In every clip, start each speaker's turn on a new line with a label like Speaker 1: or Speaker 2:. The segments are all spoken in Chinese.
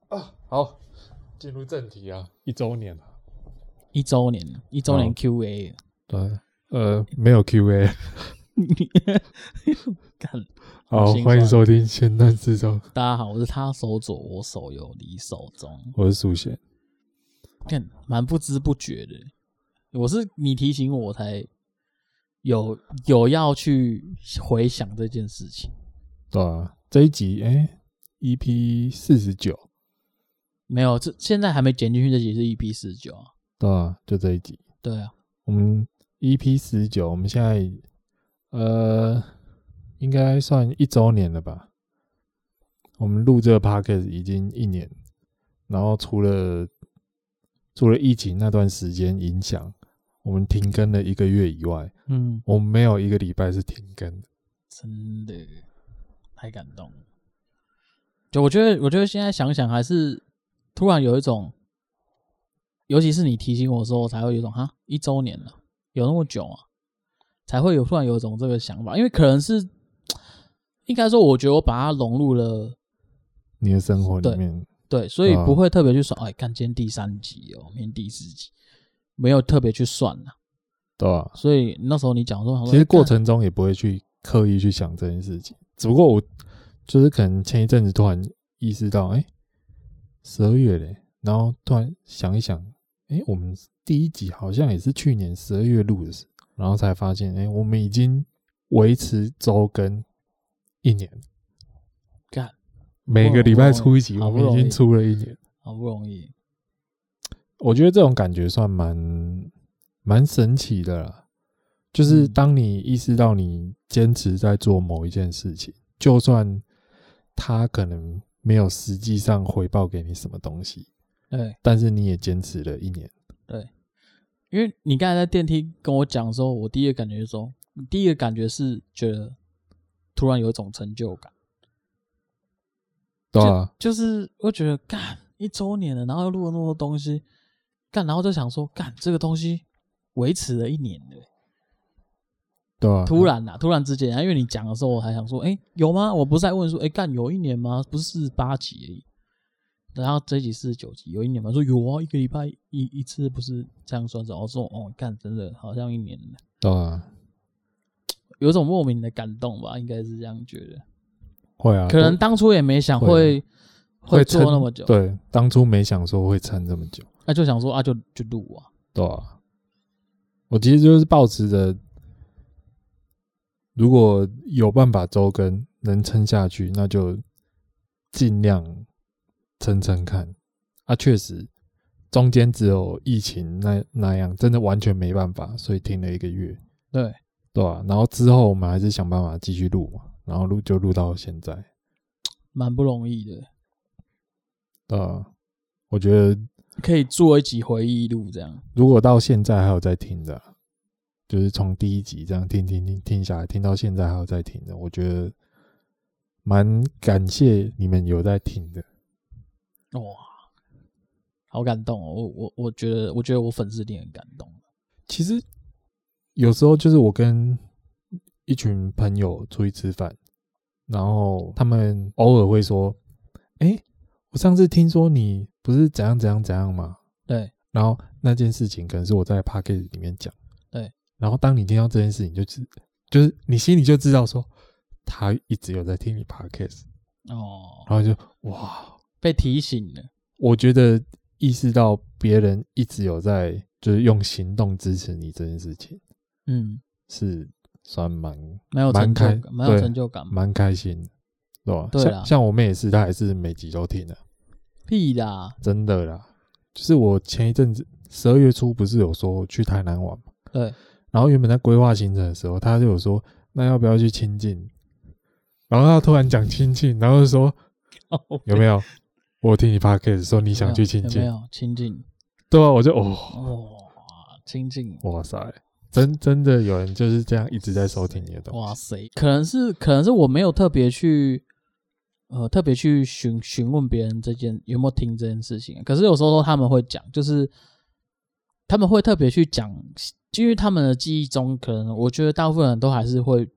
Speaker 1: 啊，好，进入正题啊，1周年了
Speaker 2: ，1周年 QA，
Speaker 1: 对，没有 QA，
Speaker 2: 干，
Speaker 1: 好，欢迎收听咸蛋制造。
Speaker 2: 大家好，我是他手左，我手右，你手中，
Speaker 1: 我是苏贤。
Speaker 2: 看，蛮不知不觉的，我是你提醒我才有要去回想这件事情。
Speaker 1: 对啊，这一集EP 49，
Speaker 2: 没有，这现在还没剪进去，这集是 EP 49啊。
Speaker 1: 对啊，就这一集。
Speaker 2: 对啊，
Speaker 1: 我们 EP 19，我们现在应该算1周年了吧？我们录这个 podcast 已经1年，然后除了疫情那段时间影响，我们停更了1个月以外，我们没有1个礼拜是停更的，
Speaker 2: 真的太感动了。就我觉得现在想想还是突然有一种，尤其是你提醒我的时候，才会有一种1周年了，有那么久啊，才会突然有一种这个想法，因为可能是应该说，我觉得我把它融入了
Speaker 1: 你的生活里面。
Speaker 2: 对，所以不会特别去算，看今天第3集哦，明天第4集，没有特别去算啊。
Speaker 1: 对啊，
Speaker 2: 所以那时候你讲说，
Speaker 1: 其实过程中也不会去刻意去想这件事情，只不过我就是可能前一阵子突然意识到，12月嘞，然后突然想一想，我们第1集好像也是去年12月录的事，然后才发现，我们已经维持周更1年，
Speaker 2: 干，
Speaker 1: 每个礼拜出1集，我们已经出了1年，
Speaker 2: 好不容易。
Speaker 1: 我觉得这种感觉算蛮神奇的啦，就是当你意识到你坚持在做某一件事情，就算他可能没有实际上回报给你什么东西，
Speaker 2: 对，
Speaker 1: 但是你也坚持了1年。
Speaker 2: 对，因为你刚才在电梯跟我讲的时候，我第一个感觉是觉得突然有一种成就感。
Speaker 1: 对啊，
Speaker 2: 就是我觉得干1周年了，然后又录了那么多东西，干，然后就想说干这个东西维持了1年了。
Speaker 1: 对啊，
Speaker 2: 突然之间，因为你讲的时候，我还想说，有吗？我不是在问说，干有1年吗？不是48集而已。然后这一集49集，有1年吗？说有啊，1个礼拜一次，不是这样算？然后说，干真的好像1年了。
Speaker 1: 对啊，
Speaker 2: 有种莫名的感动吧，应该是这样觉得。
Speaker 1: 会啊，
Speaker 2: 可能当初也没想会做那么久。
Speaker 1: 对，当初没想说会撑这么久。
Speaker 2: 就想说就录啊。
Speaker 1: 对啊，我其实就是抱持着，如果有办法周更能撑下去，那就尽量撑撑看。确实中间只有疫情那样，真的完全没办法，所以停了1个月。对啊，然后之后我们还是想办法继续录嘛，然后录到现在，
Speaker 2: 蛮不容易的。
Speaker 1: 对啊，我觉得
Speaker 2: 可以做一集回忆录这样。
Speaker 1: 如果到现在还有在听的，就是从第1集这样听下来，听到现在还有在听的，我觉得蛮感谢你们有在听的。
Speaker 2: 哇，好感动哦！我觉得我粉丝一定很感动。
Speaker 1: 其实有时候就是我跟一群朋友出去吃饭，然后他们偶尔会说：“我上次听说你不是怎样怎样怎样吗？”
Speaker 2: 对。
Speaker 1: 然后那件事情可能是我在 podcast 里面讲。
Speaker 2: 对。
Speaker 1: 然后当你听到这件事情，就是你心里就知道说，他一直有在听你 podcast。然后就哇，
Speaker 2: 被提醒了。
Speaker 1: 我觉得意识到别人一直有在就是用行动支持你这件事情，是算蛮有成就感，蛮开心的，对吧？
Speaker 2: 对啦，
Speaker 1: 像我妹也是，她还是每集都听的。
Speaker 2: 屁啦，
Speaker 1: 真的啦，就是我前一阵子12月初不是有说去台南玩嘛？
Speaker 2: 对。
Speaker 1: 然后原本在规划行程的时候，她就有说，那要不要去清境？然后她突然讲清境，然后就说，有没有？我听你 podcast 说你想去清境，
Speaker 2: 有没有清境？
Speaker 1: 对啊，我就
Speaker 2: 清境，
Speaker 1: 哇塞，真的有人就是这样一直在收听你的东西。
Speaker 2: 哇塞，可能是我没有特别去询问别人有没有听这件事情。可是有时候他们会讲，就是他们会特别去讲，因为他们的记忆中，可能我觉得大部分人都还是会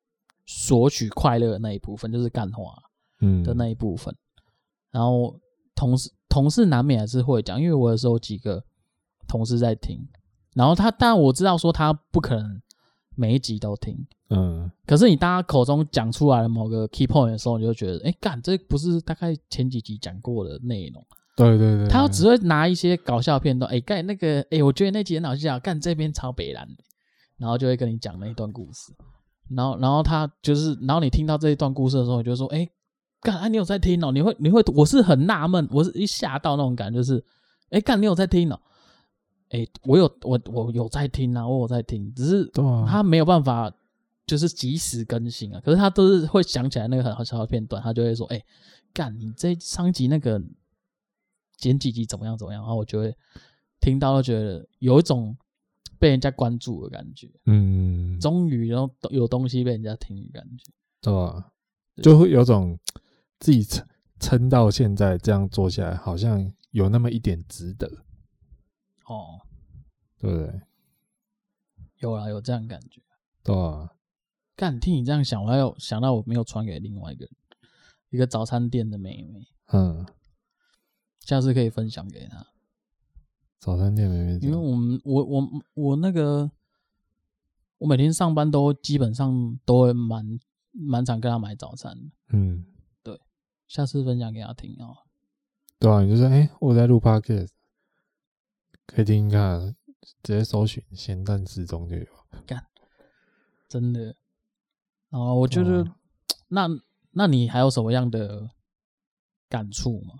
Speaker 2: 索取快乐的那一部分，就是干话的那一部分。然后同事难免还是会讲，因为我有时候几个同事在听，然后当然我知道说他不可能每一集都听，可是你当他口中讲出来的某个 key point 的时候，你就觉得，干，这不是大概前几集讲过的内容。
Speaker 1: 对对对，
Speaker 2: 他只会拿一些搞笑片段，干那个，我觉得那集很好笑，干这边超北蓝的，然后就会跟你讲那一段故事，然后他就是，然后你听到这一段故事的时候，你就说，干，你有在听哦？你会，我是很纳闷，我是一吓到那种感觉，就是，干，你有在听哦？我有在听啊，我有在听，只是他没有办法就是及时更新啊。可是他都是会想起来那个很好笑的片段，他就会说：“干，你这上集那个前几集怎么样怎么样？”然后我就会听到，就觉得有一种被人家关注的感觉。终于然后有东西被人家听的感觉，
Speaker 1: 对吧？就会有种自己撑到现在这样做下来，好像有那么一点值得。对不对？有啦，有这样的感觉。对啊。
Speaker 2: 干，听你这样想，我还有想到我没有传给另外一个早餐店的妹妹。下次可以分享给她。
Speaker 1: 早餐店妹妹，
Speaker 2: 因为我那个，我每天上班都基本上都会蛮常跟她买早餐的。对，下次分享给她听啊。
Speaker 1: 对啊，你就说我在录 podcast。可以听听看，直接搜寻咸蛋失踪就有。
Speaker 2: 干，真的。我觉得，那你还有什么样的感触吗？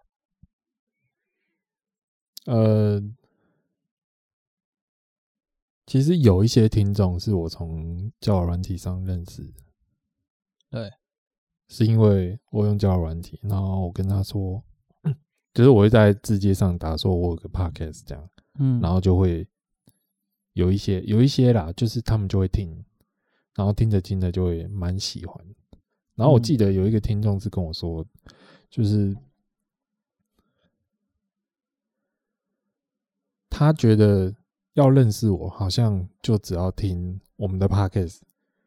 Speaker 1: 其实有一些听众是我从交友软体上认识的。
Speaker 2: 对，
Speaker 1: 是因为我用交友软体，然后我跟他说，就是我会在字节上打说我有个 podcast 这样。然后就会有一些啦，就是他们就会听，然后听着听着就会蛮喜欢。然后我记得有一个听众是跟我说，就是他觉得要认识我，好像就只要听我们的 podcast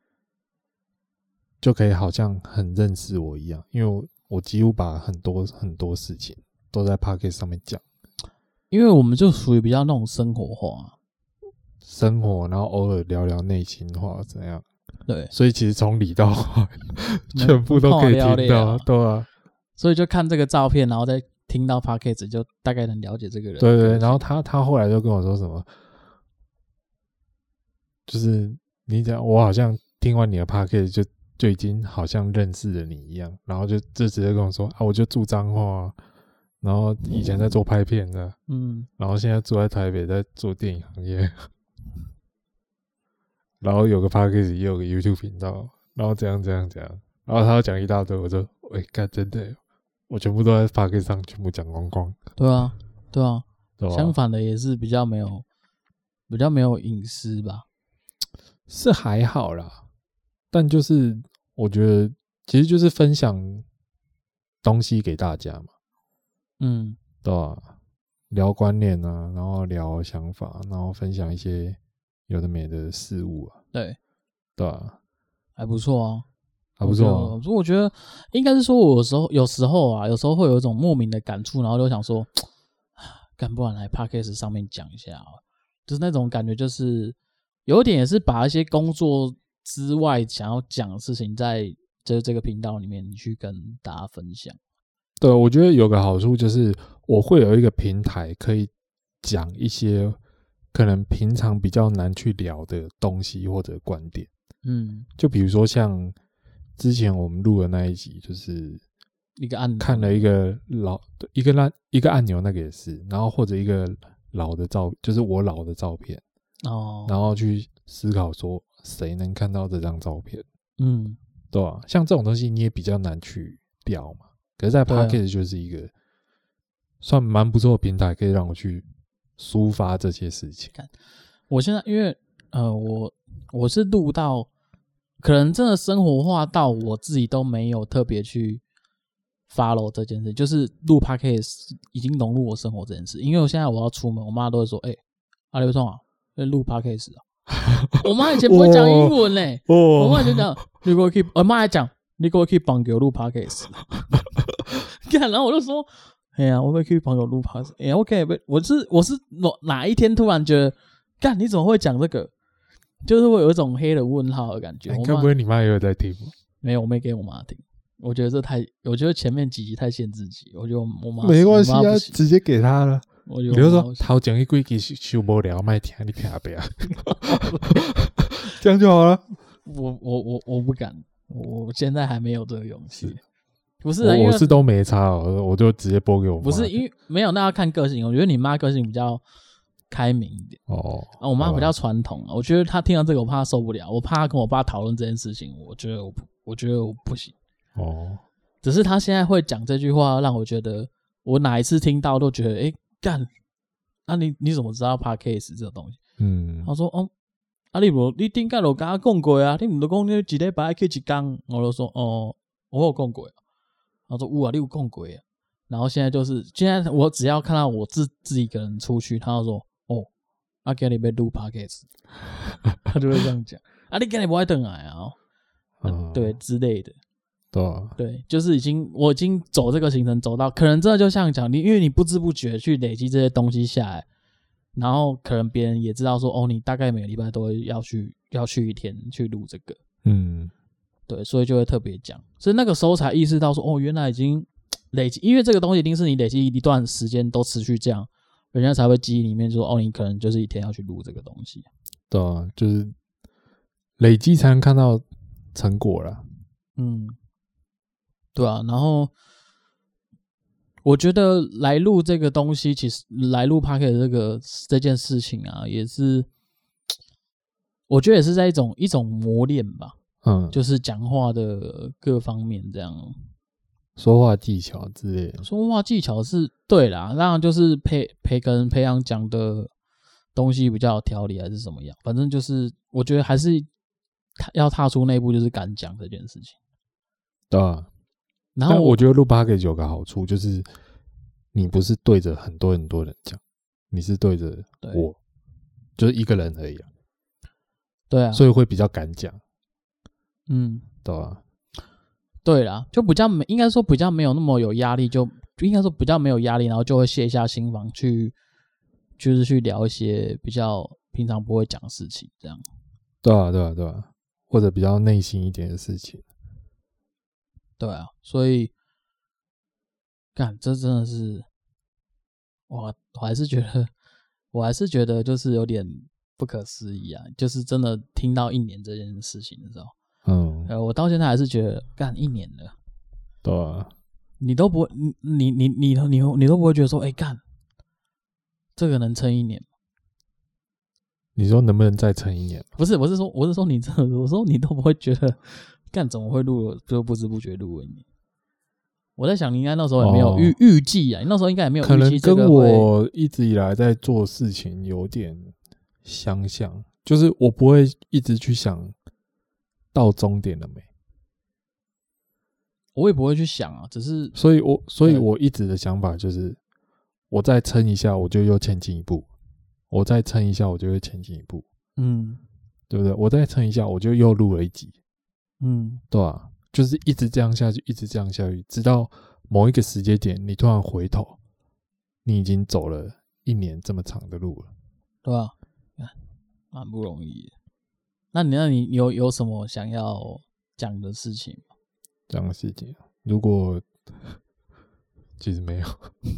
Speaker 1: 就可以，好像很认识我一样，因为我几乎把很多事情都在 podcast 上面讲。
Speaker 2: 因为我们就属于比较那种生活化，
Speaker 1: 然后偶尔聊聊内心话怎样。
Speaker 2: 对，
Speaker 1: 所以其实从里到外全部都可以听到，对啊。
Speaker 2: 所以就看这个照片，然后再听到 podcast 就大概能了解这个人。
Speaker 1: 对对，然后他后来就跟我说什么，就是你讲我好像听完你的 podcast 就已经好像认识了你一样，然后就直接跟我说我就住彰化然后以前在做拍片的，然后现在住在台北，在做电影行业，然后有个 podcast 也有个 YouTube 频道，然后这样，然后他要讲一大堆，我就干真的，我全部都在 podcast 上全部讲光光。对啊，
Speaker 2: 相反的也是比较没有隐私吧，
Speaker 1: 是还好啦，但就是我觉得其实就是分享东西给大家嘛。对啊，聊观念啊，然后聊想法，然后分享一些有的没的事物啊。对啊，
Speaker 2: 还不错啊，
Speaker 1: 我
Speaker 2: 觉得应该是说，我有时候会有一种莫名的感触，然后就想说，干不然来 podcast 上面讲一下就是那种感觉，就是有点也是把一些工作之外想要讲的事情，在这个频道里面去跟大家分享。
Speaker 1: 对，我觉得有个好处就是我会有一个平台可以讲一些可能平常比较难去聊的东西或者观点。就比如说像之前我们录的那一集，就是
Speaker 2: 一个按钮，
Speaker 1: 看了一个一个按钮，那个也是，然后或者一个老的就是我老的照片然后去思考说谁能看到这张照片。对啊，像这种东西你也比较难去聊嘛。可是在 Podcast 就是一个算蛮不错的平台，可以让我去抒发这些事情。
Speaker 2: 我现在因为我是录到可能真的生活化到我自己都没有特别去 follow 这件事，就是录 Podcast 已经融入我生活这件事。因为我现在我要出门，我妈都会说刘聪啊，录 Podcast 我妈以前不会讲英文嘞，我妈以前讲我妈还讲你给我可以帮给我录 podcast 然后我就说哎呀，我会去朋友录 podcast。哎 ，OK， 我是哪一天突然觉得，干你怎么会讲这个？就是会有一种黑人问号的感觉。
Speaker 1: 该不会你妈也有在听？
Speaker 2: 没有，我没给我妈听。我觉得我觉得前面几集太限制级，我觉得我妈
Speaker 1: 没关系啊，直接给她了。
Speaker 2: 我觉得
Speaker 1: 比如说头前一几集收无聊，卖听你听不要，这样就好了。
Speaker 2: 我不敢，我现在还没有这个勇气。不是、啊，
Speaker 1: 我是都没差哦，我就直接播给我妈。
Speaker 2: 不是因为没有，那要看个性。我觉得你妈个性比较开明一点哦，我妈比较传统。我觉得她听到这个，我怕她受不了，我怕她跟我爸讨论这件事情，我觉得我不行哦。只是她现在会讲这句话，让我觉得我哪一次听到都觉得，哎干，那你怎么知道 podcast 这种东西？她说哦，你顶下就跟我讲过啊，你唔都讲你一礼拜去一天，我就说哦，我有讲过。他说：“有啊，你有讲过啊。”然后现在我只要看到我自己一个人出去，他就说：“哦，啊，今日要录 podcast。”他就会这样讲。啊，你今日不爱回来啊？对之类的。对，就是我已经走这个行程走到，可能真的就像讲因为你不知不觉去累积这些东西下来，然后可能别人也知道说，哦，你大概每个礼拜都会要去一天去录这个。对，所以就会特别讲，所以那个时候才意识到说，哦，原来已经累积，因为这个东西一定是你累积一段时间都持续这样，人家才会记忆里面说，哦，你可能就是一天要去录这个东西。
Speaker 1: 对啊，就是累积才能看到成果啦。
Speaker 2: 对啊，然后我觉得来录这个东西，其实来录 podcast 这件事情啊，也是，我觉得也是在一种磨练吧。就是讲话的各方面这样，
Speaker 1: 说话技巧之类的。
Speaker 2: 说话技巧是对啦，当然就是跟培养讲的东西比较有条理还是什么样，反正就是我觉得还是要踏出那一步，就是敢讲这件事情。
Speaker 1: 对啊，
Speaker 2: 然后
Speaker 1: 我觉得录 podcast 有个好处就是你不是对着很多人讲，你是对着我，就是一个人而已啊。
Speaker 2: 对啊，
Speaker 1: 所以会比较敢讲。对啊，
Speaker 2: 对啦，就应该说比较没有那么有压力，就应该说比较没有压力，然后就会卸下心防就是去聊一些比较平常不会讲的事情，这样。
Speaker 1: 对啊，或者比较内心一点的事情。
Speaker 2: 对啊，所以干这真的是，我还是觉得就是有点不可思议啊，就是真的听到1年这件事情的时候。我到现在还是觉得干1年了，
Speaker 1: 对啊，
Speaker 2: 你都不会，你都不会觉得说，干这个能撑1年吗？
Speaker 1: 你说能不能再撑1年？
Speaker 2: 不是，我是说你这，我说你都不会觉得干怎么会录了，就不知不觉录了1年。我在想，你应该那时候也没有预计啊，你那时候应该也没有预计这个会。可能跟
Speaker 1: 我一直以来在做事情有点相像，就是我不会一直去想。到终点了没？
Speaker 2: 我也不会去想啊，只是
Speaker 1: 所以我一直的想法就是，我再撑一下，我就又前进一步；我再撑一下，我就会前进一步。对不对？我再撑一下，我就又录了1集。对啊，就是一直这样下去，一直这样下去，直到某一个时间点，你突然回头，你已经走了1年这么长的路了，
Speaker 2: 对吧？蛮不容易的。那你有什么想要讲的事情吗？
Speaker 1: 讲的事情，如果其实没有，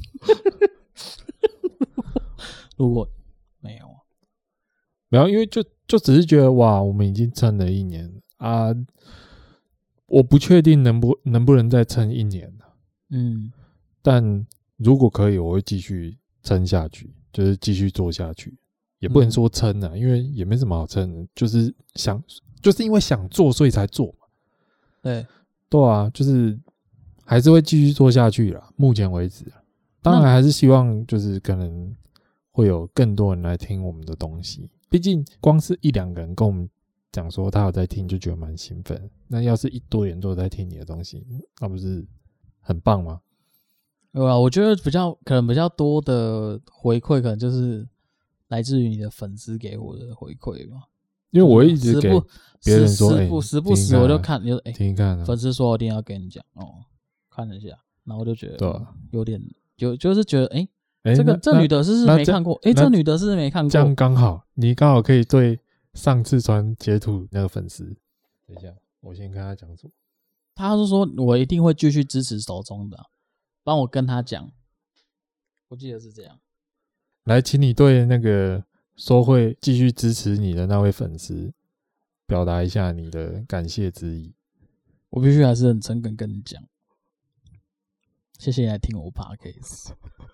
Speaker 2: 如果没
Speaker 1: 有，因为就只是觉得哇，我们已经撑了1年啊，我不确定能不能再撑1年了。但如果可以，我会继续撑下去，就是继续做下去。也不能说撑啊，因为也没什么好撑的，就是因为想做，所以才做嘛。对啊，就是还是会继续做下去啦。目前为止，当然还是希望就是可能会有更多人来听我们的东西。毕竟光是1-2个人跟我们讲说他有在听，就觉得蛮兴奋。那要是一堆人都有在听你的东西，那不是很棒吗？
Speaker 2: 对啊，我觉得可能比较多的回馈，可能就是来自于你的粉丝给我的回馈吧。
Speaker 1: 因为我一直给别人说，
Speaker 2: 时不时我就看，
Speaker 1: 听看啊，
Speaker 2: 粉丝说我一定要跟你讲哦，看了一下，然后我就觉得有点就是觉得这女的是没看过，这女的是没看过，
Speaker 1: 这样刚好，你刚好可以对上次传截图那个粉丝，等一下，我先跟他讲什么。
Speaker 2: 他是说我一定会继续支持手中的，帮我跟他讲，我记得是这样。
Speaker 1: 来，请你对那个说会继续支持你的那位粉丝表达一下你的感谢之意。
Speaker 2: 我必须还是很诚恳跟你讲，谢谢你来听我 podcast。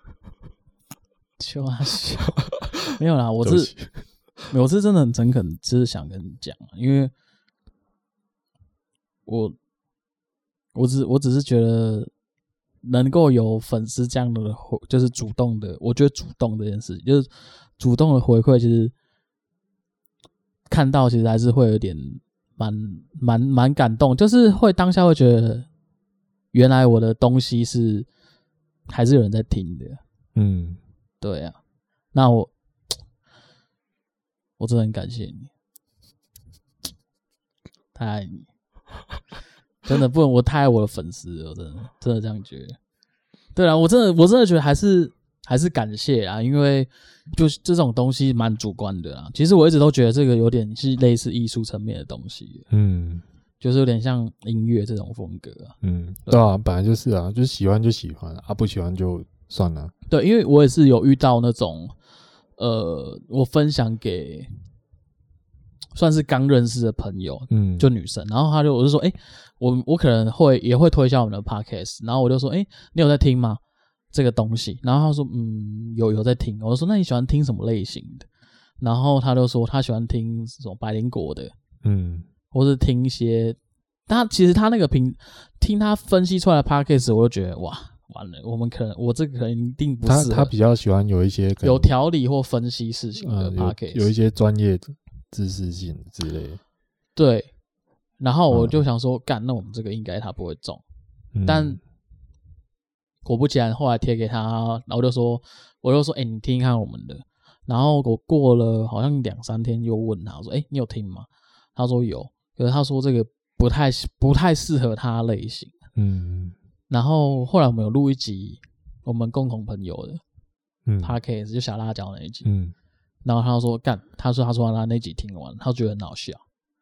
Speaker 2: 笑啊笑，没有啦，我是真的很诚恳，只是想跟你讲，因为我只是觉得能够有粉丝这样的，就是主动的，我觉得主动这件事，就是主动的回馈，其实看到其实还是会有点蛮感动，就是会当下会觉得，原来我的东西是还是有人在听的，对啊，那我真的很感谢你，太爱你。真的不能，我太爱我的粉丝了，真的这样觉得。对啊，我真的觉得还是感谢啊，因为就是这种东西蛮主观的啦。其实我一直都觉得这个有点是类似艺术层面的东西，就是有点像音乐这种风格啊。
Speaker 1: 对啊，本来就是啊，就是喜欢就喜欢啊，不喜欢就算了。
Speaker 2: 对，因为我也是有遇到那种我分享给算是刚认识的朋友，就女生，然后我就说，我可能也会推销我们的 podcast， 然后我就说，你有在听吗？这个东西，然后他说，有在听，我就说，那你喜欢听什么类型的？然后他就说他喜欢听什么百灵果的，或是听一些，其实他那个听他分析出来的 podcast， 我就觉得哇，完了，我这个可能一定不适合。他
Speaker 1: 比较喜欢有一些
Speaker 2: 有条理或分析事情的 podcast，
Speaker 1: 有一些专业知识性之类的。
Speaker 2: 对，然后我就想说，那我们这个应该他不会中，但果不其然，后来贴给他，然后我就说，你听听看我们的。然后我过了好像2-3天又问他，我说，你有听吗？他说有，可是他说这个不太适合他类型。然后后来我们有录一集我们共同朋友的podcast，就小辣椒那一集。然后他说他说他那集听完，他觉得很好笑。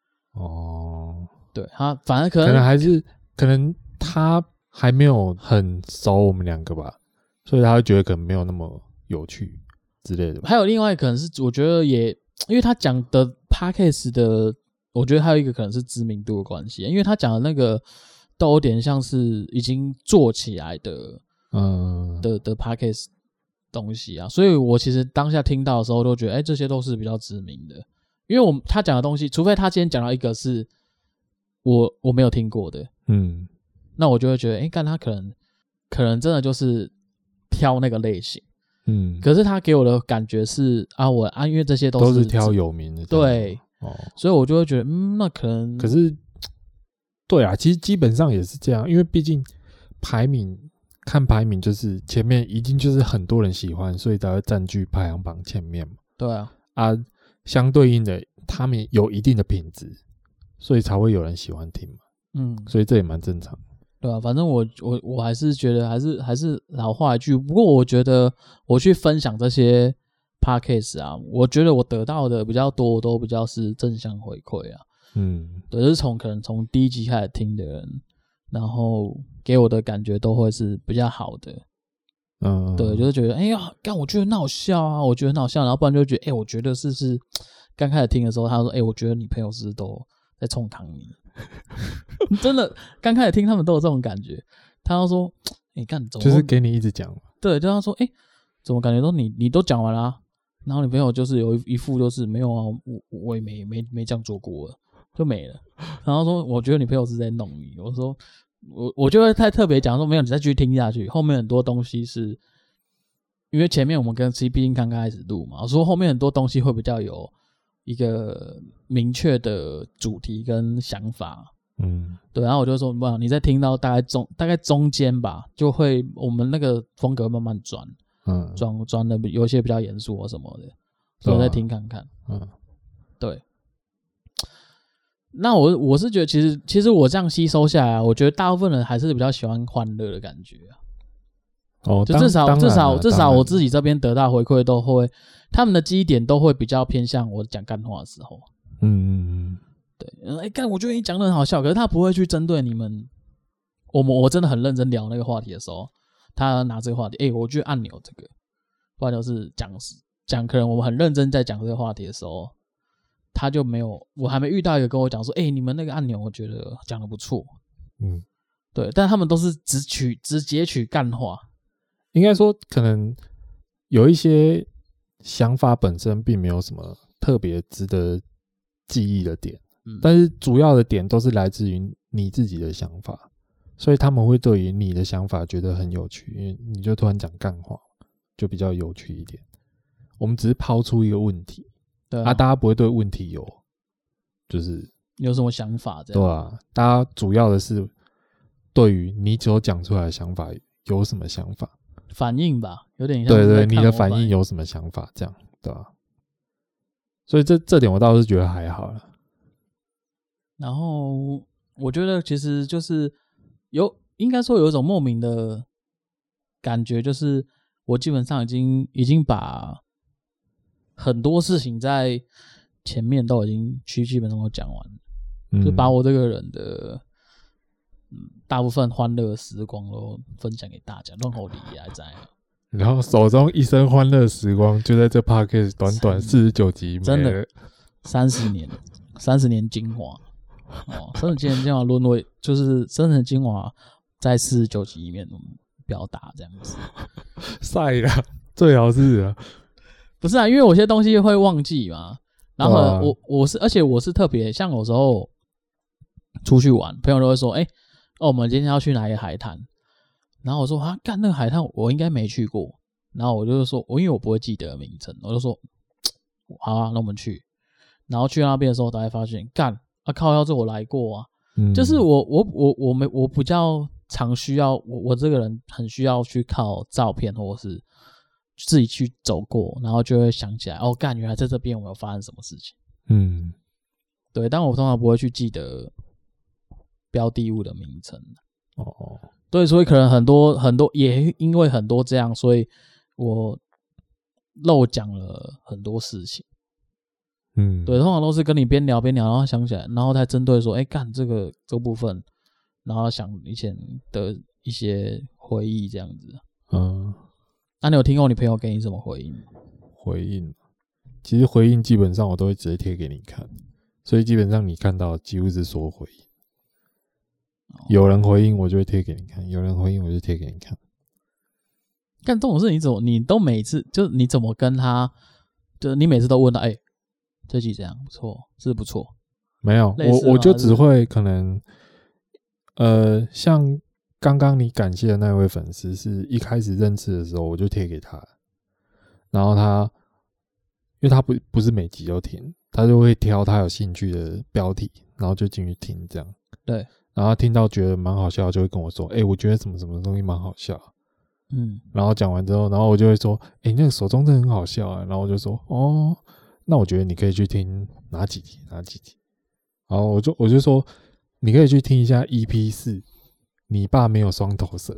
Speaker 2: 对，他反正可
Speaker 1: 能他还没有很熟我们两个吧，所以他会觉得可能没有那么有趣之类的吧。
Speaker 2: 还有另外可能是我觉得也因为他讲的 podcast 的，我觉得还有一个可能是知名度的关系，因为他讲的那个都有点像是已经做起来的的 podcast 东西啊，所以我其实当下听到的时候都觉得这些都是比较知名的，因为他讲的东西，除非他今天讲到一个是我没有听过的，那我就会觉得干他可能真的就是挑那个类型，可是他给我的感觉是因为这些
Speaker 1: 都是挑有名的，
Speaker 2: 对，所以我就会觉得那可能，
Speaker 1: 可是对啊，其实基本上也是这样，因为毕竟看排名就是前面一定就是很多人喜欢，所以才会占据排行榜前面嘛。对啊，相对应的他们有一定的品质，所以才会有人喜欢听嘛。所以这也蛮正常。
Speaker 2: 对啊，反正我还是觉得还是老话一句，不过我觉得我去分享这些 podcast 啊，我觉得我得到的比较多都比较是正向回馈啊。对，就是可能从第一集开始听的人，然后给我的感觉都会是比较好的。对，就是觉得我觉得很好笑啊，我觉得很好笑，然后不然就觉得我觉得是刚开始听的时候，他说我觉得你朋友是都在冲康你。真的刚开始听他们都有这种感觉，他就说
Speaker 1: 就是给你一直讲，
Speaker 2: 对，就他说怎么感觉都你都讲完了啊，然后你朋友就是有一副就是没有啊，我也没这样做过了，就没了。然后说我觉得你朋友是在弄你，我说我就会太特别讲说没有，你再继续听下去，后面很多东西是因为前面我们跟 C 毕竟刚开始录嘛，我说后面很多东西会比较有一个明确的主题跟想法。对，然后我就说你再听到大概中间吧，就会我们那个风格慢慢转的有一些比较严肃或什么的，所以我再听看看。对。那我是觉得其实我这样吸收下来，我觉得大部分人还是比较喜欢欢乐的感觉啊。
Speaker 1: 哦，
Speaker 2: 就至少我自
Speaker 1: 己
Speaker 2: 己这边得到回馈都会，他们的记忆点都会比较偏向我讲干话的时候。对，干，我觉得你讲的很好笑，可是他不会去针对你们。我真的很认真聊那个话题的时候，他拿这个话题，我觉得按钮这个，不然就是讲，可能我们很认真在讲这个话题的时候，他就没有，我还没遇到一个跟我讲说，你们那个按钮我觉得讲的不错，对，但他们都是只截取干话，
Speaker 1: 应该说可能有一些想法本身并没有什么特别值得记忆的点，但是主要的点都是来自于你自己的想法，所以他们会对于你的想法觉得很有趣，因为你就突然讲干话，就比较有趣一点。我们只是抛出一个问题，
Speaker 2: 对
Speaker 1: 大家不会对问题就是
Speaker 2: 有什么想法这样，
Speaker 1: 对啊，大家主要的是对于你所讲出来的想法有什么想法，
Speaker 2: 反应吧，有点像
Speaker 1: 对，你的反应有什么想法，这样对吧？所以这点我倒是觉得还好了。
Speaker 2: 然后我觉得其实就是应该说有一种莫名的感觉，就是我基本上已经把很多事情在前面都已经基本上都讲完，就把我这个人的大部分欢乐时光都分享给大家，任何理也在。
Speaker 1: 然后手中一生欢乐时光就在这 podcast 短短49集没了，
Speaker 2: 真的30年精华30年精华沦为就是30年精华在49集里面表达这样子。
Speaker 1: 晒啦，最好是啊，
Speaker 2: 不是啊，因为有些东西会忘记嘛。然后而且我是特别，像有时候出去玩，朋友都会说，我们今天要去哪个海滩？然后我说干那个海滩我应该没去过。然后我就说，因为我不会记得名称，我就说好啊，那我们去。然后去那边的时候，大家发现干靠，这我来过啊。就是我比较常需要我这个人很需要去靠照片或是自己去走过，然后就会想起来干原来在这边我有发生什么事情。对，但我通常不会去记得标的物的名称。对，所以可能很多也因为很多这样，所以我漏讲了很多事情。对，通常都是跟你边聊，然后想起来，然后才针对说，干这部分，然后想以前的一些回忆这样子。那你有听过你朋友给你什么回应？
Speaker 1: 其实回应基本上我都会直接贴给你看，所以基本上你看到几乎是所有回应。有人回应我就会贴给你看，有人回应我就贴给你看。
Speaker 2: 干这种事你都每次就你怎么跟他，就是你每次都问他，这集怎样？不错，是不错。
Speaker 1: 没有，我就只会可能，像刚刚你感谢的那位粉丝，是一开始认识的时候我就贴给他，然后因为他不是每集都听，他就会挑他有兴趣的标题，然后就进去听这样。
Speaker 2: 对，
Speaker 1: 然后听到觉得蛮好笑，就会跟我说，我觉得什么什么东西蛮好笑。然后讲完之后，然后我就会说，那个手中真的很好笑啊。然后我就说，那我觉得你可以去听哪几集。然后我就说，你可以去听一下 EP4， 你爸没有双头蛇。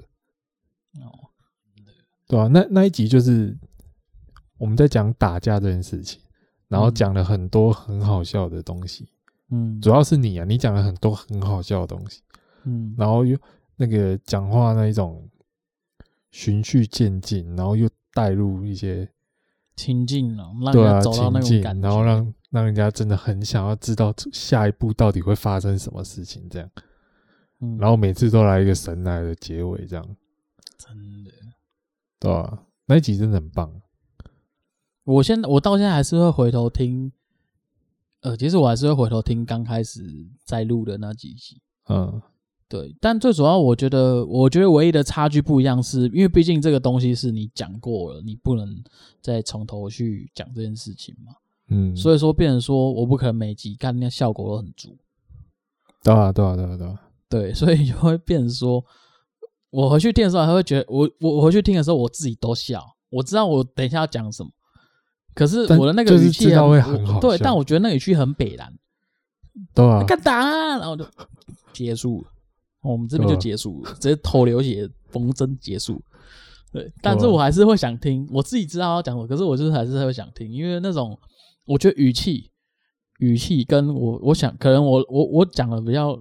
Speaker 1: 对吧？那一集就是我们在讲打架这件事情，然后讲了很多很好笑的东西。主要是你讲了很多很好笑的东西。然后又那个讲话那一种循序渐进，然后又带入一些
Speaker 2: 情境让人走到那种感觉，
Speaker 1: 然后让人家真的很想要知道下一步到底会发生什么事情这样。然后每次都来一个神来的结尾这样。
Speaker 2: 真的。
Speaker 1: 对啊，那一集真的很棒。
Speaker 2: 我到现在还是会回头听，其实我还是会回头听刚开始在录的那几集。对，但最主要我觉得唯一的差距不一样是，因为毕竟这个东西是你讲过了，你不能再从头去讲这件事情嘛。所以说变成说我不可能每集干那效果都很足。
Speaker 1: 对啊。
Speaker 2: 对，所以就会变成说，我回去听的时候还会觉得，我回去听的时候我自己都笑，我知道我等一下要讲什么，可是我的那个语气
Speaker 1: 会很好笑。
Speaker 2: 对，但我觉得那个语气很北蓝。
Speaker 1: 对啊，
Speaker 2: 干打啊，然后就结束了。我们这边就结束了，直接头流血缝针结束。 对，但是我还是会想听，我自己知道要讲什么，可是我就是还是会想听，因为那种我觉得语气跟我想可能我讲的比较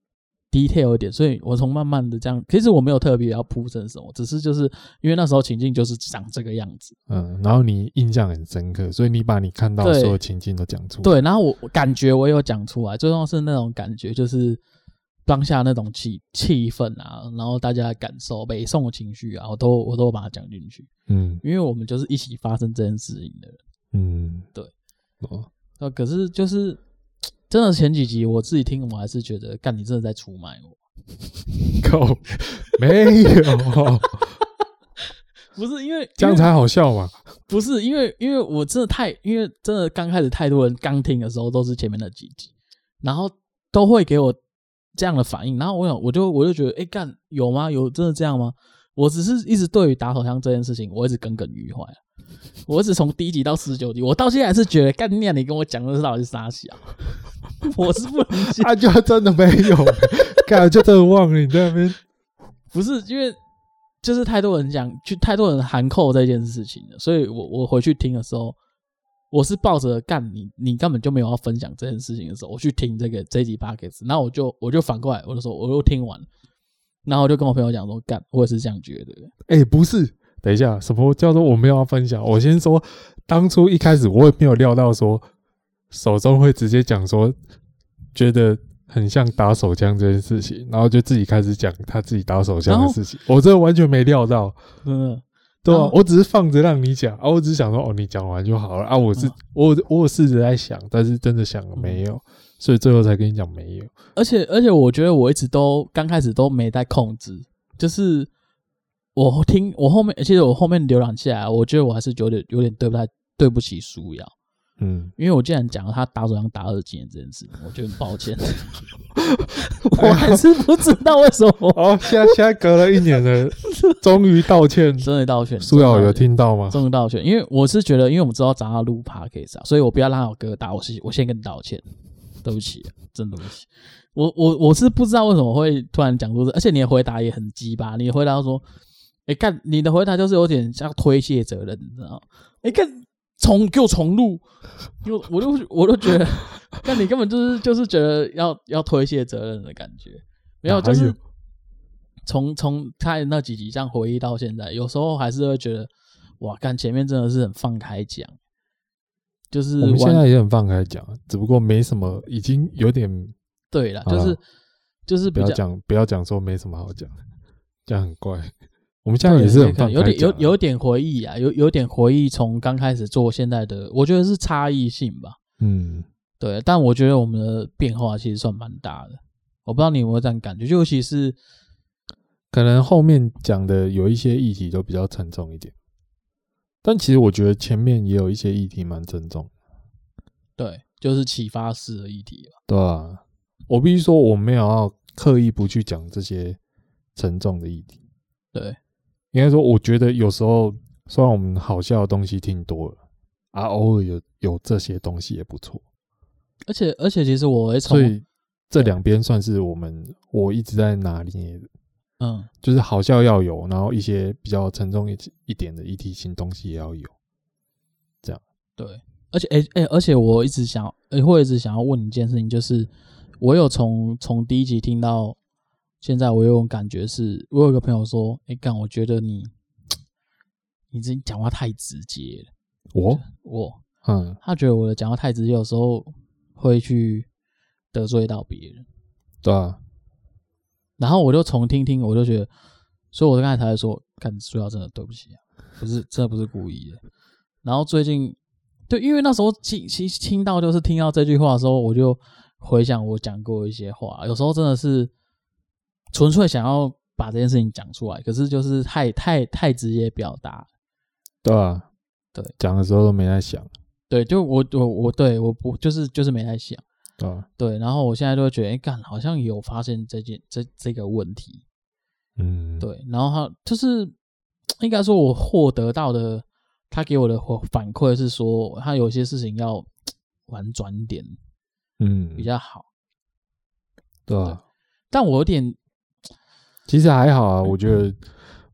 Speaker 2: detail 一点，所以我从慢慢的这样，其实我没有特别要铺陈什么，只是就是因为那时候情境就是长这个样子，
Speaker 1: 然后你印象很深刻，所以你把你看到所有情境都讲出来。
Speaker 2: 对，然后我感觉我有讲出来，最重要是那种感觉，就是当下那种气氛啊，然后大家的感受、北宋的情绪啊，我都把它讲进去。因为我们就是一起发生这件事情的人。对。可是就是真的前几集我自己听，我还是觉得，干你真的在出卖我。
Speaker 1: 靠，没有，
Speaker 2: 不是因为
Speaker 1: 这样才好笑嘛？
Speaker 2: 不是因为我真的因为真的刚开始太多人刚听的时候都是前面那几集，然后都会给我这样的反应，然后我就觉得，干有吗？有真的这样吗？我只是一直对于打手枪这件事情，我一直耿耿于怀。我一直从第1集到49集，我到现在还是觉得，干你跟我讲的到底是啥小？我是不能信。
Speaker 1: 就真的没有，干就真的忘了你在那边。
Speaker 2: 不是因为就是太多人讲，就太多人含扣这件事情了，所以我回去听的时候，我是抱着干你根本就没有要分享这件事情的时候，我去听这一集 podcast， 然后我就反过来，我就说我又听完，然后我就跟我朋友讲说，干我也是这样觉得。
Speaker 1: 不是。等一下，什么叫做我没有要分享？我先说，当初一开始我也没有料到说，手中会直接讲说，觉得很像打手枪这件事情，然后就自己开始讲他自己打手枪的事情，我真的完全没料到。对啊，我只是放着让你讲我只是想说，你讲完就好了啊。我有试着在想，但是真的想了没有，所以最后才跟你讲没有。
Speaker 2: 而且我觉得我一直都刚开始都没在控制，就是我后面，其实我后面浏览下来，我觉得我还是有点对不起苏瑶。因为我既然讲了他打手枪打20几年这件事，我觉得很抱歉。我还是不知道为什么。
Speaker 1: 现在隔了1年了，终于道歉，
Speaker 2: 真的道歉。
Speaker 1: 苏瑶有听到吗？
Speaker 2: 终于道歉，因为我是觉得，因为我们知道找他录 podcast 所以我不要让他有疙瘩。我先跟你道歉，对不起，真的对不起。我是不知道为什么会突然讲出这，而且你的回答也很鸡巴，你的回答说。干你的回答就是有点像推卸责任，你知道吗？干给我重录，我就觉得，干你根本就是觉得要推卸责任的感觉，没有，就是从他那几集这样回忆到现在，有时候还是会觉得，哇，干前面真的是很放开讲，就是
Speaker 1: 我们现在也很放开讲，只不过没什么，已经有点
Speaker 2: 对啦，就是
Speaker 1: 不要讲说没什么好讲，这样很怪。我们现在也是很放开讲，
Speaker 2: 有点回忆啊，有点回忆从刚开始做现在的，我觉得是差异性吧。对，但我觉得我们的变化其实算蛮大的。我不知道你有没有这样感觉，尤其是
Speaker 1: 可能后面讲的有一些议题都比较沉重一点，但其实我觉得前面也有一些议题蛮沉重。
Speaker 2: 对，就是启发式的议题吧。
Speaker 1: 对啊，我必须说我没有要刻意不去讲这些沉重的议题。
Speaker 2: 对。
Speaker 1: 应该说，我觉得有时候虽然我们好笑的东西听多了偶尔有这些东西也不错。
Speaker 2: 而且，其实我会
Speaker 1: 所以这两边算是我一直在拿捏的。就是好笑要有，然后一些比较沉重一点的议题性东西也要有。这样。
Speaker 2: 对，而且我一直想要问你一件事情，就是我有从第1集听到。现在我有种感觉是，我有一个朋友说，干，我觉得你这讲话太直接了。他觉得我的讲话太直接，有时候会去得罪到别人。
Speaker 1: 对啊。
Speaker 2: 然后我就重听，我就觉得，所以我刚才才说，干苏瑶真的对不起真的不是故意的。然后最近，对，因为那时候听到这句话的时候，我就回想我讲过一些话，有时候真的是。纯粹想要把这件事情讲出来，可是就是太直接表达。
Speaker 1: 对啊，对，讲的时候都没在想。
Speaker 2: 对，就我不就是没在想。
Speaker 1: 对啊，
Speaker 2: 对，然后我现在就会觉得，干好像有发现这个问题。对，然后他就是应该说，我获得到的，他给我的反馈是说，他有些事情要婉转一点，比较好。
Speaker 1: 对啊，
Speaker 2: 但我有点。
Speaker 1: 其实还好啊，我觉得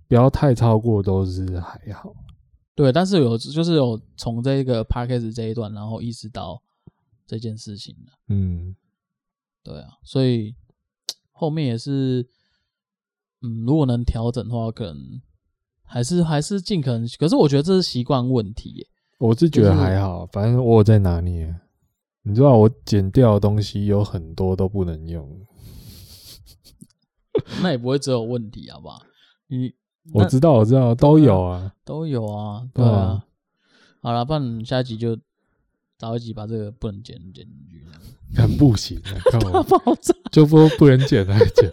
Speaker 1: 不要太超过都是还好。
Speaker 2: 对，但是就是有从这个 podcast 这一段，然后意识到这件事情了。对啊，所以后面也是，如果能调整的话，可能还是尽可能。可是我觉得这是习惯问题耶。
Speaker 1: 我是觉得还好，反正我有在拿捏。你知道我剪掉的东西有很多都不能用，
Speaker 2: 那也不会只有问题，好不好？
Speaker 1: 我知道都有啊，
Speaker 2: 都有啊，对啊。好了，不然下一集就找一集把这个不能剪进去，
Speaker 1: 很不行啊，
Speaker 2: 大爆炸
Speaker 1: 就不能剪来剪。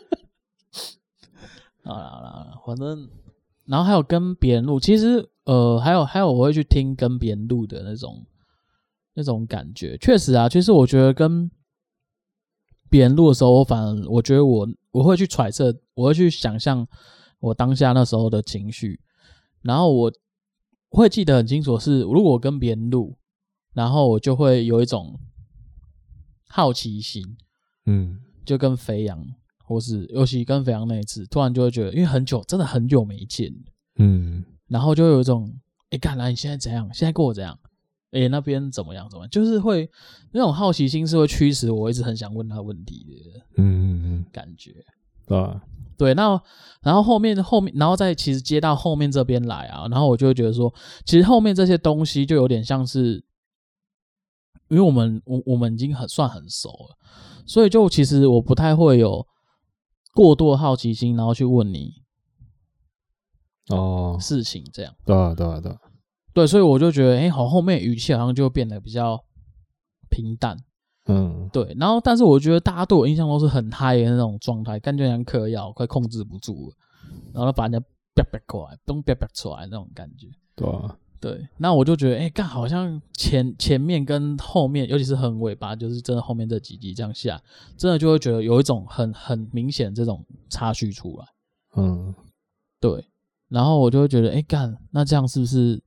Speaker 2: 好啦，反正然后还有跟别人录，其实还有我会去听跟别人录的那种感觉，确实啊，其实我觉得跟别人录的时候，我觉得我会去揣测，我会去想象我当下那时候的情绪，然后我会记得很清楚是，如果我跟别人录，然后我就会有一种好奇心，就跟肥羊，或是尤其跟肥羊那一次，突然就会觉得，因为真的很久没见，然后就会有一种，干啦，你现在怎样？现在过得怎样？那边怎么样？就是会那种好奇心是会驱使我一直很想问他问题的，感觉，对，然后后面，然后再其实接到后面这边来啊，然后我就会觉得说，其实后面这些东西就有点像是，因为我们已经算很熟了，所以就其实我不太会有过多的好奇心，然后去问你事情这样。对，所以我就觉得，后面语气好像就变得比较平淡。对，然后但是我觉得大家对我印象都是很嗨的那种状态，感觉像嗑药，快控制不住了，然后把人家啪啪过来，咚啪啪出来那种感觉。对，那我就觉得，干好像前面跟后面，尤其是很尾巴，就是真的后面这几集这样下，真的就会觉得有一种很明显这种差距出来。对，然后我就会觉得，干，那这样是不是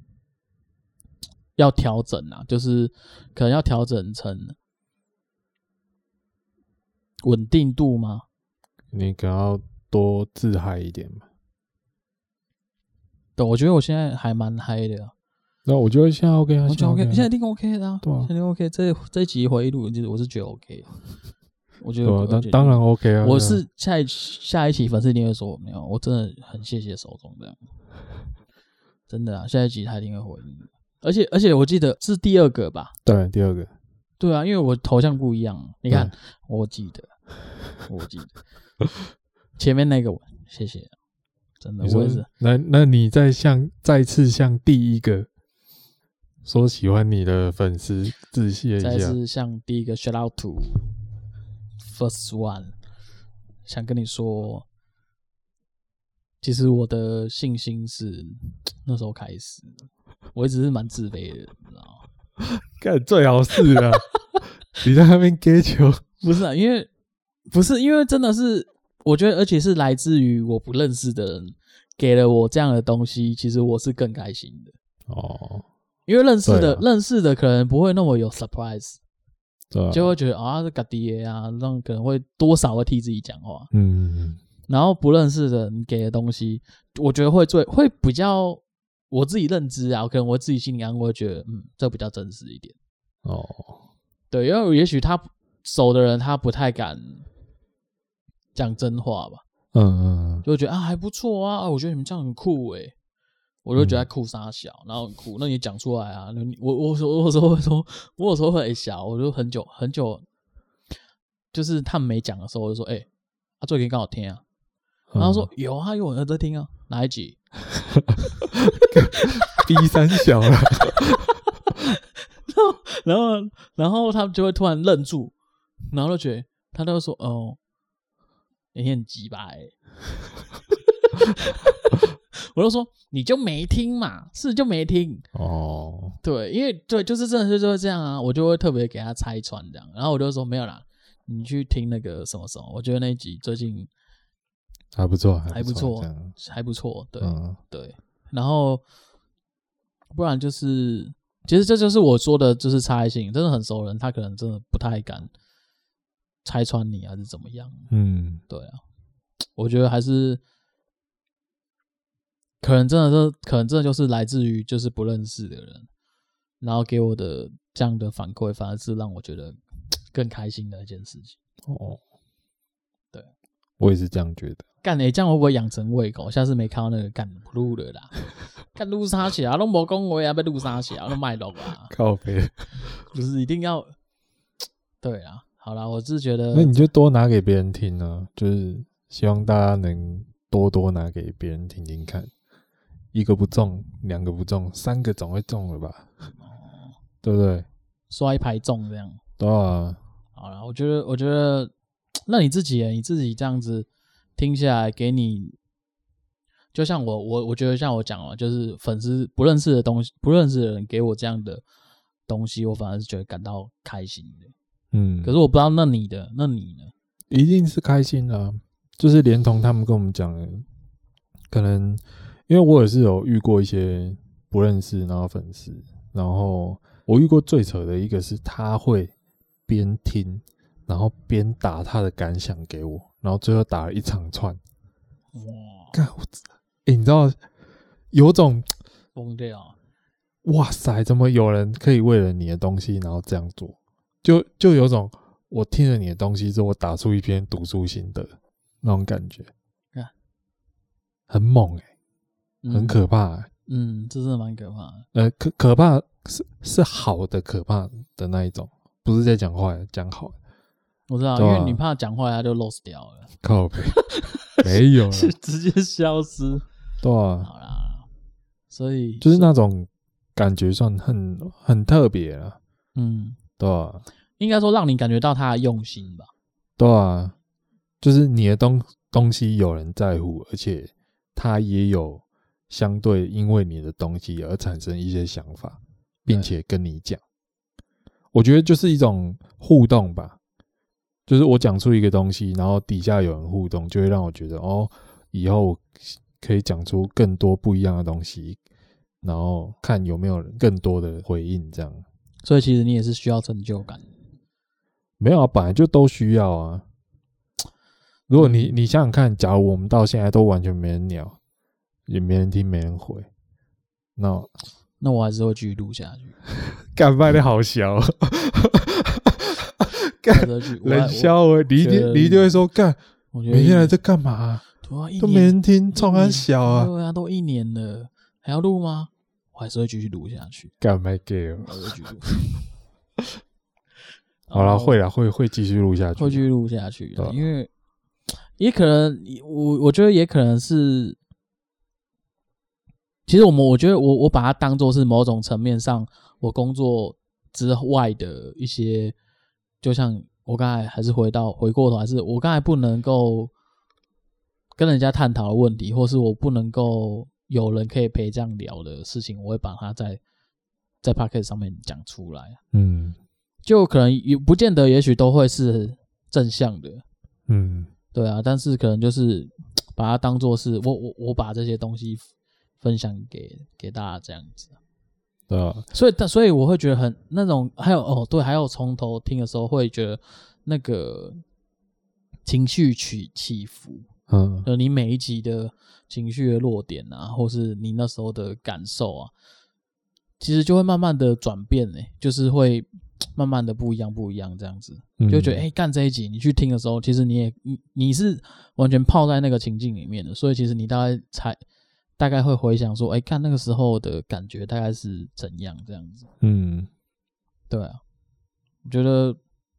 Speaker 2: 要调整啊？就是可能要调整成稳定度吗？
Speaker 1: 你可能要多自嗨一点嘛。
Speaker 2: 对，我觉得我现在还蛮嗨的啊。
Speaker 1: 那我觉得现在 OK 啊，
Speaker 2: 我觉得 OK， 现在一定 OK 的啊。
Speaker 1: 对啊，
Speaker 2: 现在 OK， 这一集回忆录，我是觉得 OK。我觉得
Speaker 1: 当然 OK 啊。
Speaker 2: 我是下一期粉丝一定会说没有，我真的很谢谢手中这样。真的啊，下一集他一定会回应。而且我记得是第二个吧？
Speaker 1: 对，第二个。
Speaker 2: 对啊，因为我头像不一样，你看，我记得，前面那个谢谢，真的，我也是。
Speaker 1: 那你再次向第一个说喜欢你的粉丝致谢一下，
Speaker 2: 再次向第一个 shout out to first one， 想跟你说，其实我的信心是那时候开始，我一直是蛮自卑的，你知道吗？
Speaker 1: 干最好是啊！你在那边给球，
Speaker 2: 不是啊，因为真的是，我觉得而且是来自于我不认识的人给了我这样的东西，其实我是更开心的。因为认识的可能不会那么有 surprise，就会觉得这个爹啊，让可能会多少会替自己讲话。然后不认识的你给的东西，我觉得会比较。我自己认知啊，可能我自己心里安慰，觉得这比较真实一点。对，因为也许他熟的人他不太敢讲真话吧。就会觉得还不错啊，我觉得你们这样很酷欸，我就觉得酷傻小，然后很酷，那你讲出来啊，我有时候会小，我就很久，就是他们没讲的时候，我就说最近刚好听啊，然后说有啊，有人在听啊，哪一集？
Speaker 1: 逼三小了，
Speaker 2: 然后他就会突然愣住，然后就觉得他就说你很鸡巴我就说你就没听嘛，是就没听对，因为对，就是真的就会这样啊，我就会特别给他拆穿这样，然后我就说没有啦，你去听那个什么什么，我觉得那一集最近
Speaker 1: 还不错，
Speaker 2: 对对，然后不然就是其实这就是我说的，就是差异性，真的很熟人，他可能真的不太敢拆穿你还是怎么样。对啊，我觉得还是可能真的就是来自于就是不认识的人，然后给我的这样的反馈，反而是让我觉得更开心的一件事情。
Speaker 1: 哦，
Speaker 2: 对，
Speaker 1: 我也是这样觉得。
Speaker 2: 干这样会不会养成胃口？下次没看到那个干不录了啦，干录啥起啊？都没讲话啊，要录啥起啊？都卖录啊，
Speaker 1: 靠北，
Speaker 2: 就是一定要对啊。好啦，我是觉得，
Speaker 1: 那你就多拿给别人听啊，就是希望大家能多拿给别人听听看，一个不中，2个不中，3个总会中了吧？对不对？
Speaker 2: 刷一排中这样。
Speaker 1: 对啊。
Speaker 2: 好啦，我觉得，那你自己这样子听下来，给你，就像我觉得像我讲了，就是粉丝不认识的人给我这样的东西，我反而是觉得感到开心的。可是我不知道那你呢？
Speaker 1: 一定是开心啊，就是连同他们跟我们讲的，可能因为我也是有遇过一些不认识然后粉丝，然后我遇过最扯的一个是他会边听然后边打他的感想给我，然后最后打了一长串。
Speaker 2: 哇！
Speaker 1: 干你知道有种
Speaker 2: 疯掉！
Speaker 1: 哇塞，怎么有人可以为了你的东西然后这样做？就有种我听了你的东西之后，我打出一篇读书心得那种感觉，很猛很可怕
Speaker 2: 这真的蛮可怕的。
Speaker 1: 可怕是好的可怕的那一种，不是在讲坏的，讲好的。
Speaker 2: 我知道，因为你怕讲坏他就 lost 掉了。
Speaker 1: 靠北，没有了，
Speaker 2: 是直接消失。
Speaker 1: 对啊，
Speaker 2: 好啦，所以
Speaker 1: 就是那种感觉算很特别啦。对啊，
Speaker 2: 应该说让你感觉到他的用心吧。
Speaker 1: 对啊，就是你的东西有人在乎，而且他也有相对因为你的东西而产生一些想法，并且跟你讲。我觉得就是一种互动吧，就是我讲出一个东西，然后底下有人互动，就会让我觉得以后可以讲出更多不一样的东西，然后看有没有更多的回应这样。
Speaker 2: 所以其实你也是需要成就感。
Speaker 1: 没有啊，本来就都需要啊。如果你想想看，假如我们到现在都完全没人鸟，也没人听没人回，
Speaker 2: 那我还是会继续录下去。
Speaker 1: 干卖的好小，干冷笑你一定会说干，每天来这干嘛啊？都没人听，冲很小啊。
Speaker 2: 对啊，都1年了，还要录吗？我还是会继续录下去。
Speaker 1: 干卖 gay
Speaker 2: 我会继续录。
Speaker 1: 好啦，会继续录下去，
Speaker 2: 会继续录下去的，因为也可能我觉得也可能是，其实我觉得我把它当作是某种层面上我工作之外的一些，就像我刚才还是回过头，还是我刚才不能够跟人家探讨的问题，或是我不能够有人可以陪这样聊的事情，我会把它在 Podcast 上面讲出来。就可能也不见得，也许都会是正向的，对啊，但是可能就是把它当作是我把这些东西分享给大家这样子，
Speaker 1: 对啊，
Speaker 2: 所以我会觉得很那种，还有从头听的时候会觉得那个情绪起伏，你每一集的情绪的落点啊，或是你那时候的感受啊，其实就会慢慢的转变就是会慢慢的不一样这样子，就觉得干这一集你去听的时候，其实你是完全泡在那个情境里面的，所以其实你大概会回想说，看那个时候的感觉大概是怎样这样子。对啊，我觉得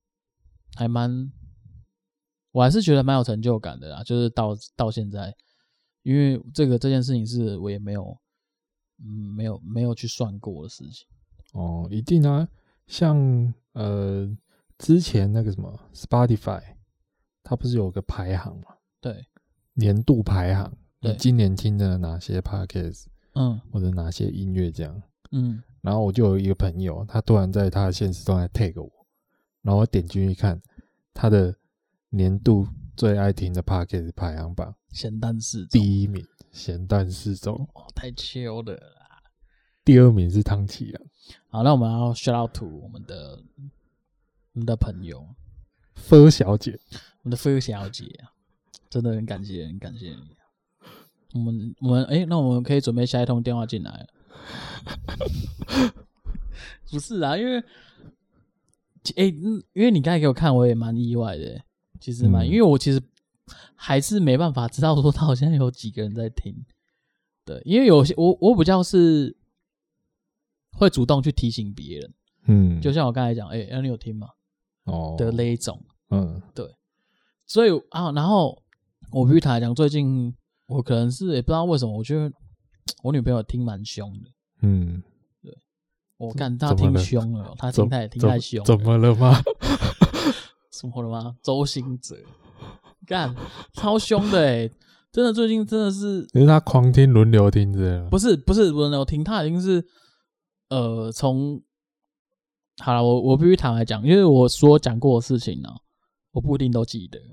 Speaker 2: 我还是觉得蛮有成就感的啦，就是到现在，因为这件事情是我也没有去算过的事情。
Speaker 1: 一定啊，像之前那个什么 Spotify， 它不是有个排行吗？
Speaker 2: 对，
Speaker 1: 年度排行，
Speaker 2: 对，
Speaker 1: 你今年听的哪些 podcast，或者哪些音乐这样，然后我就有一个朋友，他突然在他的现实动态 tag 我，然后我点进去看他的年度最爱听的 podcast 排行榜，
Speaker 2: 咸蛋四种
Speaker 1: 第1名咸蛋四种，
Speaker 2: 太 chill 了啦。
Speaker 1: 第2名是汤启阳。
Speaker 2: 好，那我们要 shout out to 我们的朋友
Speaker 1: F 小姐，
Speaker 2: 我们的 F 小姐真的很感谢你。 那我们可以准备下一通电话进来了。不是啊，因为你刚才给我看，我也蛮意外的，其实因为我其实还是没办法知道说到现在有几个人在听。对，因为有些我比较是会主动去提醒别人，就像我刚才讲，你有听吗？的那一种，对，所以然后我必须坦白讲，最近我可能是也不知道为什么，我觉得我女朋友听蛮凶的，对，我干她听凶了，她听太凶了，
Speaker 1: 怎么了吗？
Speaker 2: 什么了吗？周兴哲，干超凶的真的最近真的是，
Speaker 1: 因为他狂听轮流听之类的，
Speaker 2: 不是轮流听，他已经是从好了，我必须坦白讲，因为我所讲过的事情呢，我不一定都记得。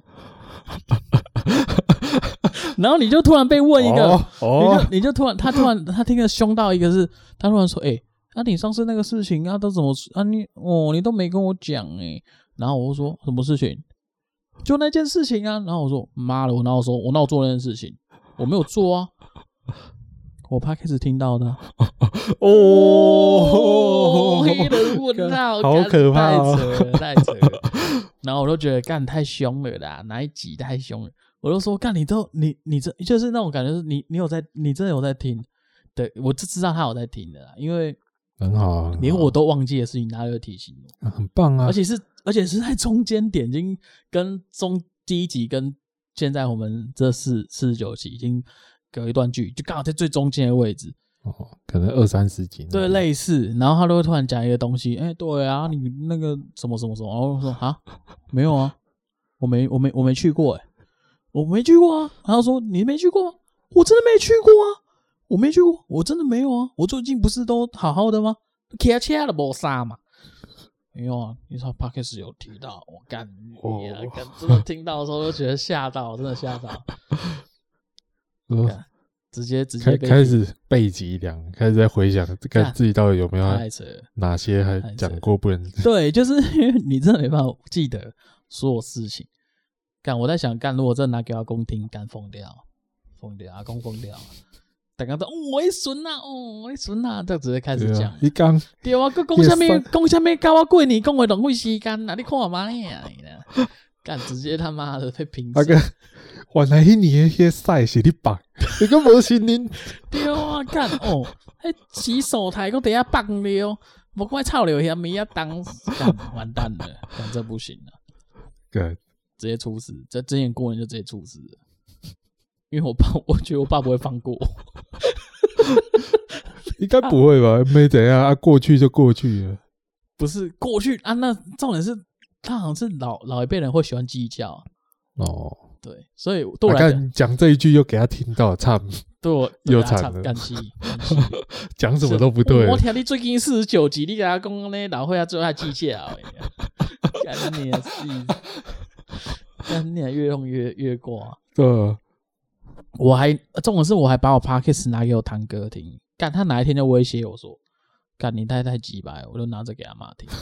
Speaker 2: 然后你就突然被问一个，你就突然他听得凶到一个是，他突然说，你上次那个事情都怎么你都没跟我讲然后我就说什么事情？就那件事情啊。然后我说妈的，我哪有做那件事情？我没有做啊。我 Podcast 听到的。黑人问号，
Speaker 1: 好可怕
Speaker 2: 太扯了。然后我就觉得干太凶了啦，哪一集太凶了？我就说干你这就是那种感觉，是你真的有在听？对，我就知道他有在听的啦，因为
Speaker 1: 很好啊，
Speaker 2: 连我都忘记的事情，他就提醒我，
Speaker 1: 很棒啊！
Speaker 2: 而且是在中间点，已经跟第一集跟现在我们这49集已经隔一段距离，就刚好在最中间的位置。
Speaker 1: 可能20-30集。
Speaker 2: 对，类似。然后他都会突然讲一个东西，对啊，你那个什么什么什么，然后我说没有啊，我没去过我没去过啊。然后说你没去过吗？我真的没去过啊，我没去过，我真的没有啊。我最近不是都好好的吗？骑车都没啥嘛。没有啊，你说 Podcast 有提到，我干你啊！真的听到的时候就觉得吓到，真的吓到。直接
Speaker 1: 开始背脊梁，开始在回想，看自己到底有没有哪些还讲过不能。
Speaker 2: 对，就是因为你真的没办法记得所有事情。干，我在想，干如果真的拿给阿公听，干疯掉，阿公疯掉。大家都我的孙啊，我的孙啊，就直接开始讲。
Speaker 1: 你讲
Speaker 2: 对啊，佮讲什么？教我过年讲话浪费时间啊！你看嘛呀，干直接他妈的被评审。
Speaker 1: 原来迄年迄赛是你放，你个无信任。
Speaker 2: 对啊，干迄洗手台搁底下放了，无怪臭流遐米啊当，干完蛋了，干这不行了。
Speaker 1: 对，
Speaker 2: 直接出事，这之前过年就直接出事了。因为我觉得我爸不会放过我。
Speaker 1: 应该不会吧？没怎样啊，过去就过去了。
Speaker 2: 不是过去啊，那重点是他好像是老一辈人会喜欢计较。对，所以对我来
Speaker 1: 讲这一句又给他听到，惨，
Speaker 2: 对我
Speaker 1: 又惨了，
Speaker 2: 干气，
Speaker 1: 讲什么都不对。
Speaker 2: 我听你最近49集，你给他讲呢，老会最后还计较，干你的事，干你越用越挂。
Speaker 1: 对。
Speaker 2: 重点是我还把我 Podcast 拿给我堂哥听，干他哪一天就威胁我说，干你太鸡掰，我就拿着给他妈听。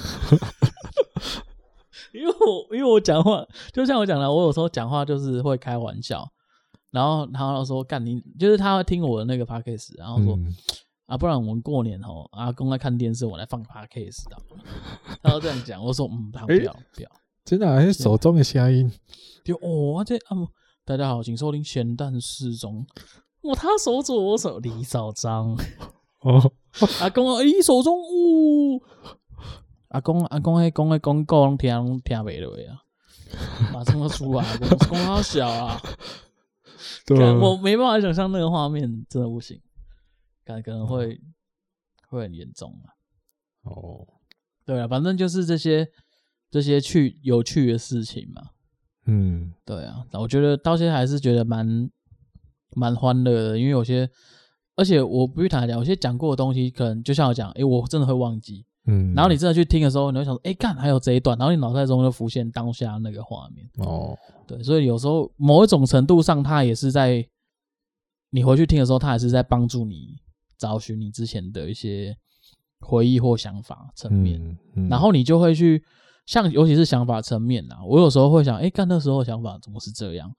Speaker 2: 因为我讲话就像我讲的，我有时候讲话就是会开玩笑，然后他说干你，就是他会听我的那个 Podcast， 然后说不然我们过年阿公在看电视，我来放 Podcast 的，他都这样讲，我说不要，
Speaker 1: 真的手中的声音，
Speaker 2: 就大家好，请收听咸蛋适中。他手左我手李少章。阿公你手中阿公迄讲的广告拢听袂落啊，马上就出来，公好小啊。我没办法想象那个画面，真的不行，可能会很严重啊。对啊，反正就是这些有趣的事情嘛。对啊，我觉得到现在还是觉得蛮欢乐的，因为有些，而且我不去坦白讲，有些讲过的东西，可能就像我讲，我真的会忘记，然后你真的去听的时候，你会想说，干还有这一段，然后你脑袋中就浮现当下那个画面。对，所以有时候某一种程度上，它也是在你回去听的时候，它还是在帮助你找寻你之前的一些回忆或想法层面，然后你就会去。像尤其是想法层面我有时候会想，干那时候的想法怎么是这样？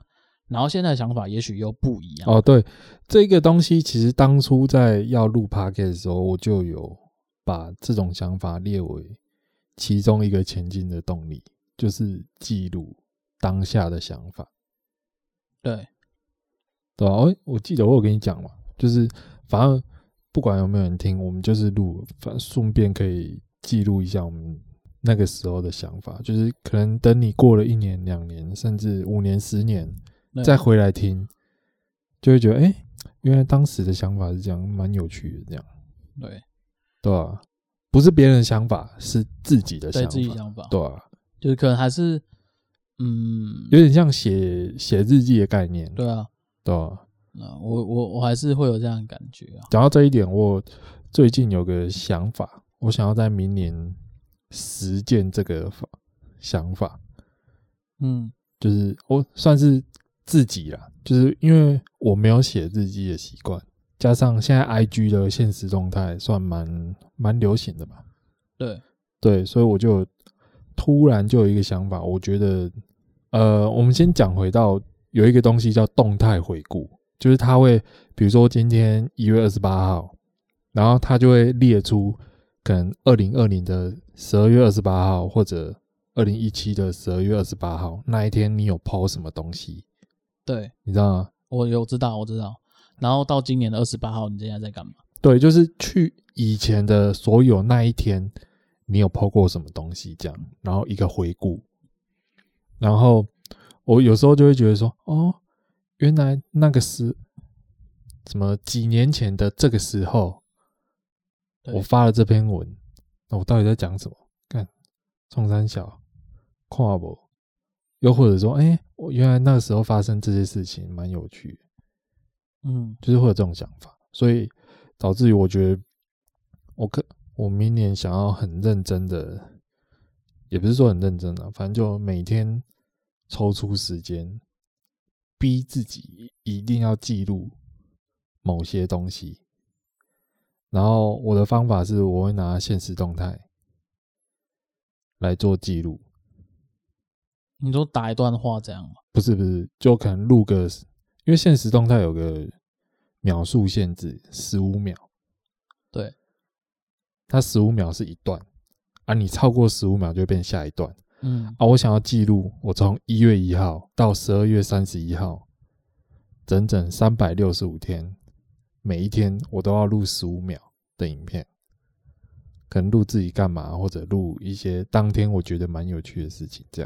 Speaker 2: 然后现在的想法也许又不一样。
Speaker 1: 哦，对，这个东西其实当初在要录 podcast 的时候，我就有把这种想法列为其中一个前进的动力，就是记录当下的想法。
Speaker 2: 对，
Speaker 1: 对吧？我记得我有跟你讲嘛，就是反正不管有没有人听，我们就是录，反正顺便可以记录一下我们那个时候的想法，就是可能等你过了1年、2年，甚至5年、10年，再回来听，就会觉得原来当时的想法是这样，蛮有趣的，这样。对吧？不是别人的想法，是自己的想法，
Speaker 2: 对自己想法，
Speaker 1: 对吧？
Speaker 2: 就是可能还是
Speaker 1: 有点像写日记的概念，
Speaker 2: 对啊，
Speaker 1: 对吧？
Speaker 2: 我还是会有这样的感觉啊。
Speaker 1: 讲到这一点，我最近有个想法，我想要在明年实践这个想法。就是我算是自己啦，就是因为我没有写日记的习惯，加上现在 IG 的限时动态算蛮流行的吧。对，所以我就突然就有一个想法，我觉得我们先讲回到有一个东西叫动态回顾，就是它会比如说今天1月28号，然后它就会列出可能2020的12月28号或者2017的12月28号那一天你有 po 什么东西。
Speaker 2: 对，
Speaker 1: 你知道吗？
Speaker 2: 我知道。然后到今年的28号你现在在干嘛？
Speaker 1: 对，就是去以前的所有那一天你有 po 过什么东西这样，然后一个回顾。然后我有时候就会觉得说，原来那个是什么几年前的这个时候我发了这篇文，那我到底在讲什么？干冲三小看不，又或者说我原来那个时候发生这些事情蛮有趣的，就是会有这种想法，所以导致于我觉得我明年想要很认真的，也不是说很认真啊，反正就每天抽出时间逼自己一定要记录某些东西。然后我的方法是我会拿限时动态来做记录。
Speaker 2: 你说打一段话这样吗？
Speaker 1: 不是，就可能录个，因为限时动态有个秒数限制15秒。
Speaker 2: 对，
Speaker 1: 它15秒是一段啊，你超过15秒就会变下一段。我想要记录我从1月1号到12月31号整整365天，每一天我都要录15秒的影片，可能录自己干嘛，或者录一些当天我觉得蛮有趣的事情这样。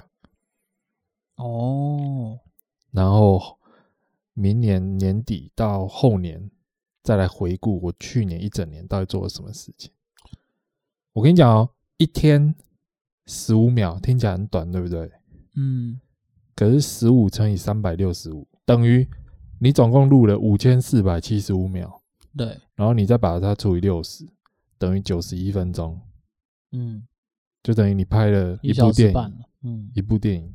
Speaker 1: 然后明年年底到后年再来回顾我去年一整年到底做了什么事情。我跟你讲一天15秒听起来很短，对不对？可是15乘以365等于你总共录了5475秒。
Speaker 2: 对，
Speaker 1: 然后你再把它除以60，等于91分钟。就等于你拍了一部电影，一部电影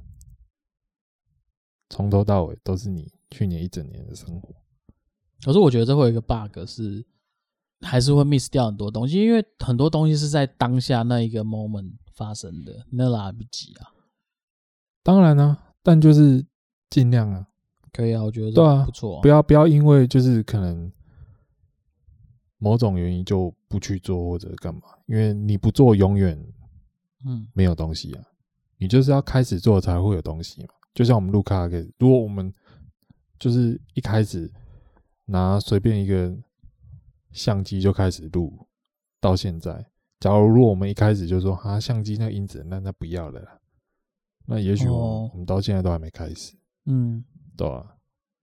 Speaker 1: 从头到尾都是你去年一整年的生活。
Speaker 2: 可是我觉得这会有一个 bug 是，还是会 miss 掉很多东西，因为很多东西是在当下那一个 moment 发生的，那来不及啊。
Speaker 1: 当然啊，但就是尽量啊。
Speaker 2: 可以啊，我觉得这不错
Speaker 1: 不要因为就是可能某种原因就不去做或者干嘛，因为你不做永远没有东西啊。你就是要开始做才会有东西嘛。就像我们录卡拉 OK， 如果我们就是一开始拿随便一个相机就开始录到现在，假如我们一开始就说相机那个音质那不要了啦，那也许我们到现在都还没开始。对啊。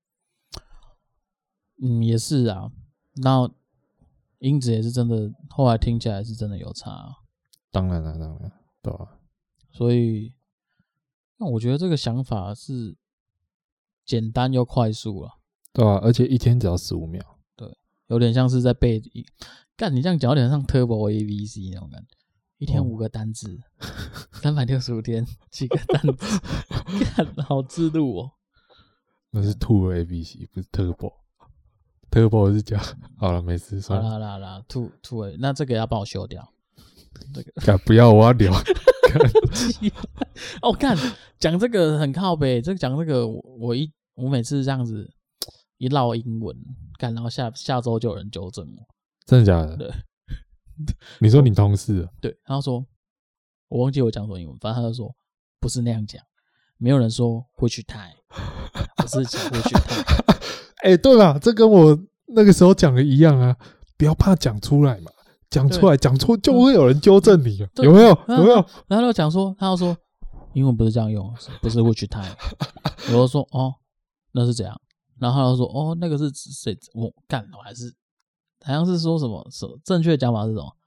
Speaker 2: 也是啊。那音质也是真的，后来听起来是真的有差啊。
Speaker 1: 当然，对啊。
Speaker 2: 所以那我觉得这个想法是简单又快速啊。
Speaker 1: 对啊，而且一天只要15秒。
Speaker 2: 对，有点像是在背干，你这样讲有点像 Turbo ABC 那种感觉。一天5个单字，365天7个单字，干好自录哦。
Speaker 1: 那是 Two ABC， 不是 Turbo。Turbo 是讲好了，没事，算了。
Speaker 2: 好啦 ，Two， 那这个要帮我修掉。这
Speaker 1: 个不要，我要聊。
Speaker 2: 干讲这个很靠北，讲这个我每次这样子一唠英文，干，然后下周就有人纠正我。
Speaker 1: 真的假的？
Speaker 2: 对，
Speaker 1: 你说你同事啊？
Speaker 2: 对，他说我忘记我讲什么英文，反正他就说不是那样讲，没有人说which time， 不是讲which time。
Speaker 1: 对啦，这跟我那个时候讲的一样啊，不要怕讲出来嘛，讲出来讲错就会有人纠正你啊，有没有？有没有？
Speaker 2: 然后他就讲说，他就说英文不是这样用，不是which time。我就说哦，那是怎样？然后他就说哦，那个是谁？我干，我还是好像是说什么正确讲法是什么？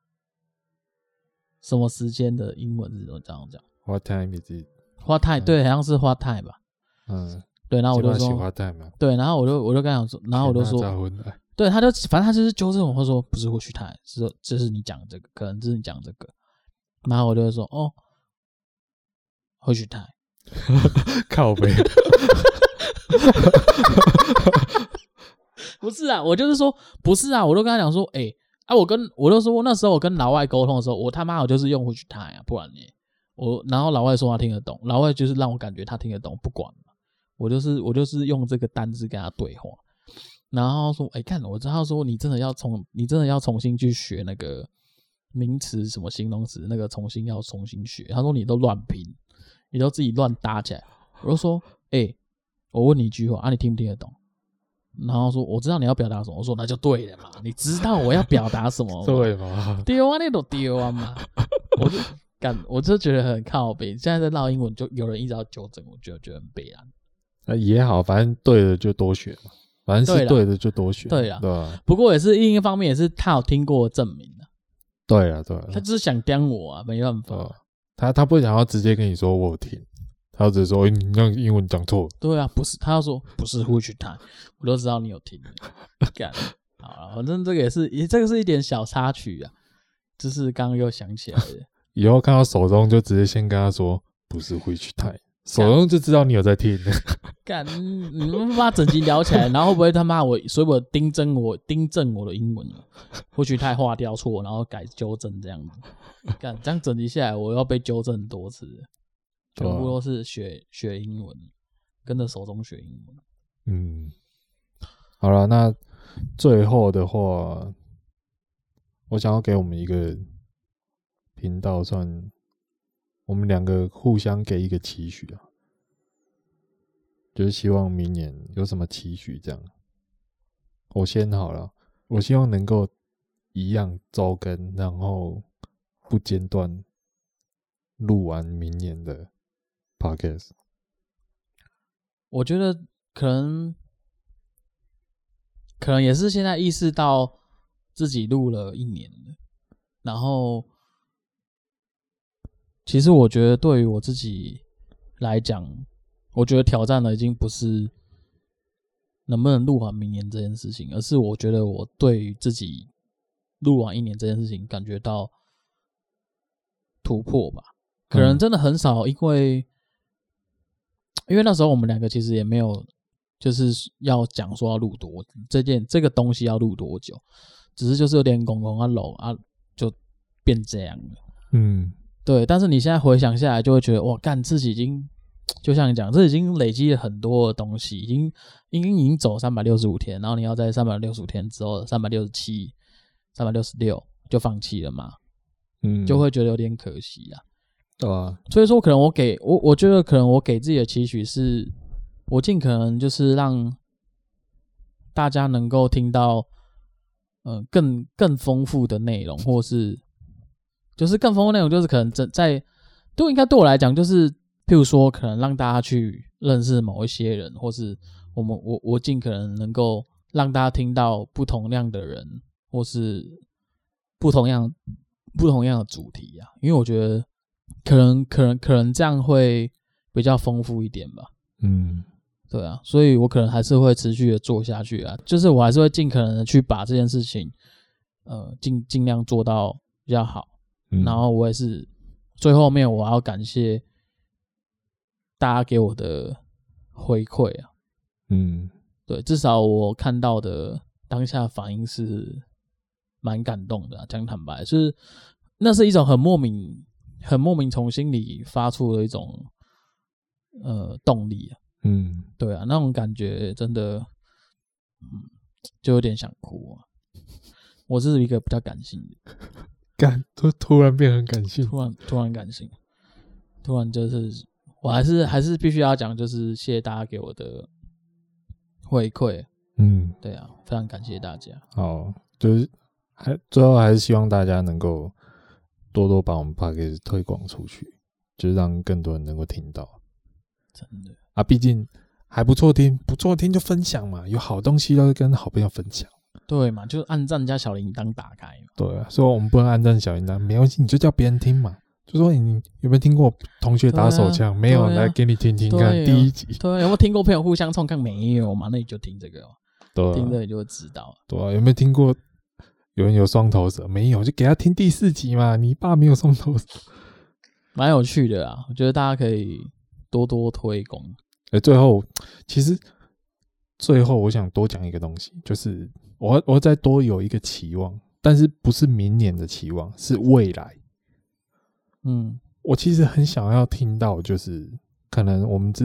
Speaker 2: 什么时间的英文是怎么这样讲
Speaker 1: ？What time is it？
Speaker 2: What time？ 对，好像是 What time 吧？对，然后我就说
Speaker 1: What time？
Speaker 2: 对，然后我就跟他讲说，然后我就说，对，他就反正他就是纠正我，或说不是which time，是说这是你讲这个，可能这是你讲这个，然后我就会说哦，which time？
Speaker 1: 靠北。
Speaker 2: 不是啊，我就是说不是啊，我都跟他讲说，我就说那时候我跟老外沟通的时候，我他妈我就是用which time啊，不然呢，然后老外说他听得懂，老外就是让我感觉他听得懂，不管嘛，我就是用这个单字跟他对话，然后说，看我知道说你真的要重新去学那个名词什么形容词，那个重新学，他说你都乱拼，你都自己乱搭起来，我就说，我问你一句话啊，你听不听得懂？然后说我知道你要表达什么，我说那就对了嘛，你知道我要表达什么吗？
Speaker 1: 对嘛？
Speaker 2: 丢啊，那都丢啊嘛！我就觉得很靠北。现在在唠英文，就有人一直要纠正，我觉得很悲哀。
Speaker 1: 也好，反正对的就多学嘛，反正是对的就多学。
Speaker 2: 对啦，
Speaker 1: 对吧？
Speaker 2: 不过也是另一方面，也是他有听过证明的。
Speaker 1: 对啊，对啊，
Speaker 2: 他就是想刁我啊，没办法。
Speaker 1: 他不想要直接跟你说我有听。他只是说你那英文讲错了。
Speaker 2: 对啊，不是，他要说不是which time，我都知道你有听。干，好了，反正这个这个是一点小插曲啊，就是刚刚又想起来的。
Speaker 1: 以后看到手中就直接先跟他说不是which time， 手中就知道你有在听。
Speaker 2: 干，你们把整集聊起来，然后会不会他妈所以我订正我的英文which time划掉错，然后改纠正这样子。干，这样整集下来，我要被纠正很多次。全部都是学英文，跟着手中学英文。
Speaker 1: 好了，那最后的话，我想要给我们一个频道，算我们两个互相给一个期许啊，就是希望明年有什么期许这样。我先好了，我希望能够一样周更，然后不间断录完明年的Podcast。
Speaker 2: 我觉得可能也是现在意识到自己录了1年了，然后其实我觉得对于我自己来讲，我觉得挑战的已经不是能不能录完明年这件事情，而是我觉得我对于自己录完1年这件事情感觉到突破吧。可能真的很少，因为那时候我们两个其实也没有就是要讲说要录多这个东西要录多久，只是就是有点拱拱啊搂啊就变这样了。对。但是你现在回想下来，就会觉得哇，干，自己已经就像你讲，这已经累积了很多的东西，已经走365天，然后你要在365天之后367、366就放弃了嘛？就会觉得有点可惜啊。
Speaker 1: 对啊，
Speaker 2: 所以说可能我觉得可能我给自己的期许是，我尽可能就是让大家能够听到更丰富的内容，或是就是更丰富的内容，就是可能应该对我来讲，就是譬如说可能让大家去认识某一些人，或是我尽可能能够让大家听到不同样的人，或是不同样的主题啊，因为我觉得可能这样会比较丰富一点吧。对啊，所以我可能还是会持续的做下去啊，就是我还是会尽可能的去把这件事情尽量做到比较好。然后我也是最后面我要感谢大家给我的回馈啊。对，至少我看到的当下反应是蛮感动的啊，讲坦白，就是那是一种很莫名从心里发出的一种动力啊。 对啊，那种感觉真的，就有点想哭啊。我是一个比较感性的，
Speaker 1: 突然变很感性，
Speaker 2: 突然感性，突然就是我还是必须要讲，就是谢谢大家给我的回馈。对啊，非常感谢大家。
Speaker 1: 好，就是最后还是希望大家能够多多把我们 Podcast 推广出去，就是让更多人能够听到。
Speaker 2: 真的
Speaker 1: 啊，毕竟还不错听就分享嘛，有好东西都是跟好朋友分享。
Speaker 2: 对嘛，就按赞加小铃铛打开嘛。
Speaker 1: 对啊，所以我们不能按赞小铃铛，没关系，你就叫别人听嘛。就说你有没有听过同学打手枪？没有，来给你听听看第一集。
Speaker 2: 对，有没有听过朋友互相冲看？没有嘛，那你就听这个哦。
Speaker 1: 对，
Speaker 2: 听着你就会知道。
Speaker 1: 对啊，有没有听过有人有双头蛇？没有，就给他听第4集嘛。你爸没有双头蛇，
Speaker 2: 蛮有趣的啊。我觉得大家可以多多推广。
Speaker 1: 其实最后我想多讲一个东西，就是我再多有一个期望，但是不是明年的期望，是未来。我其实很想要听到，就是可能我们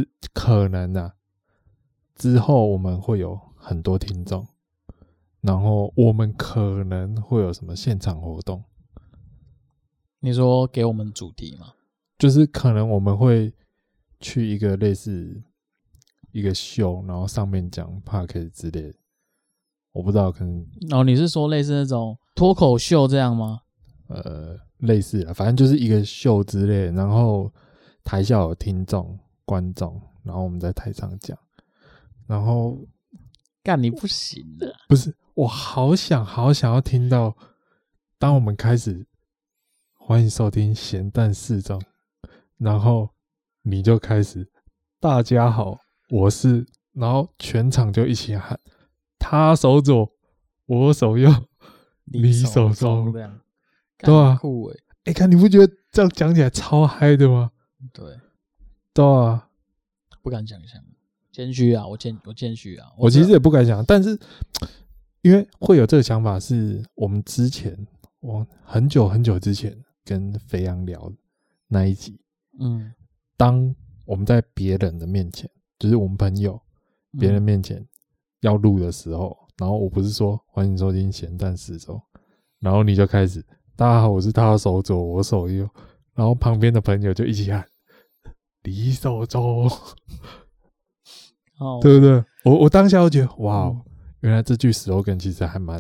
Speaker 1: 之后我们会有很多听众，然后我们可能会有什么现场活动。
Speaker 2: 你说给我们主题吗？
Speaker 1: 就是可能我们会去一个类似一个秀，然后上面讲 Podcast 之类的，我不知道可能。
Speaker 2: 你是说类似那种脱口秀这样吗？
Speaker 1: 类似啊，反正就是一个秀之类的，然后台下有听众、观众，然后我们在台上讲，然后
Speaker 2: 干你不行的，
Speaker 1: 不是，我好想要听到，当我们开始欢迎收听咸蛋4中，然后你就开始大家好，我是，然后全场就一起喊，他手左，我手右，你手中，
Speaker 2: 这样。
Speaker 1: 对啊，
Speaker 2: 酷欸，
Speaker 1: 看你不觉得这样讲起来超嗨的吗？对啊，
Speaker 2: 不敢想象，谦虚啊，我谦虚啊。
Speaker 1: 我其实也不敢想，但是因为会有这个想法，是我们我很久很久之前跟肥羊聊的那一集。当我们在别人的面前，就是我们朋友别人面前要录的时候，然后我不是说欢迎收听咸蛋4中，然后你就开始。大家好，我是他手左，我手右，然后旁边的朋友就一起喊你手中，对不对？我当下就觉得哇，原来这句 slogan 其实还蛮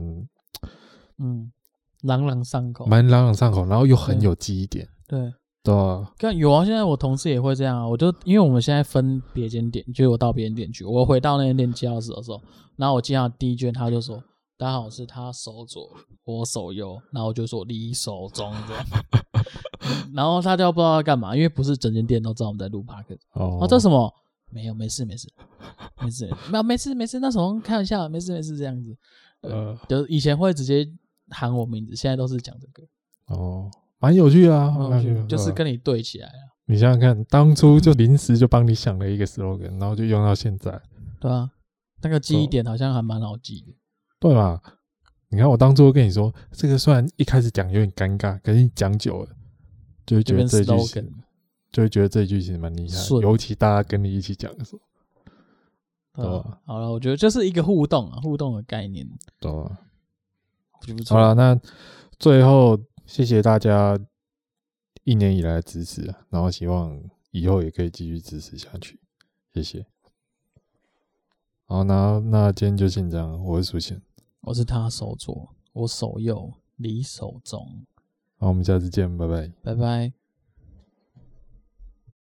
Speaker 2: 朗朗上口，
Speaker 1: 然后又很有记忆点。对啊，
Speaker 2: 有啊，现在我同事也会这样啊。我就因为我们现在分别间店，就是我到别间店去，我回到那间店接钥匙的时候，然后我接到第一句，他就说。大家好，是他手左，我手右，然后我就说你手中这样，然后他就不知道要干嘛，因为不是整间店都知道我们在录 Podcast。这什么？没有，没事，没事，那时候开玩笑，没事这样子。就以前会直接喊我名字，现在都是讲这个。
Speaker 1: 蛮有趣啊，
Speaker 2: 就是跟你对起来了。
Speaker 1: 你想想看，当初就临时就帮你想了一个 slogan， 然后就用到现在。
Speaker 2: 对啊，那个记忆点好像还蛮好记的。
Speaker 1: 对嘛？你看我当初跟你说，这个虽然一开始讲有点尴尬，可是你讲久了，就会觉得这句其实蛮厉害，尤其大家跟你一起讲的时候。对吧？
Speaker 2: 好了，我觉得就是一个互动的概念。
Speaker 1: 对吧？好了，那最后谢谢大家1年以来的支持啊，然后希望以后也可以继续支持下去，谢谢。好，那今天就先这样，我是苏贤。
Speaker 2: 我是他手左，我手右，你手中。
Speaker 1: 好，我们下次见，拜拜。
Speaker 2: 拜拜。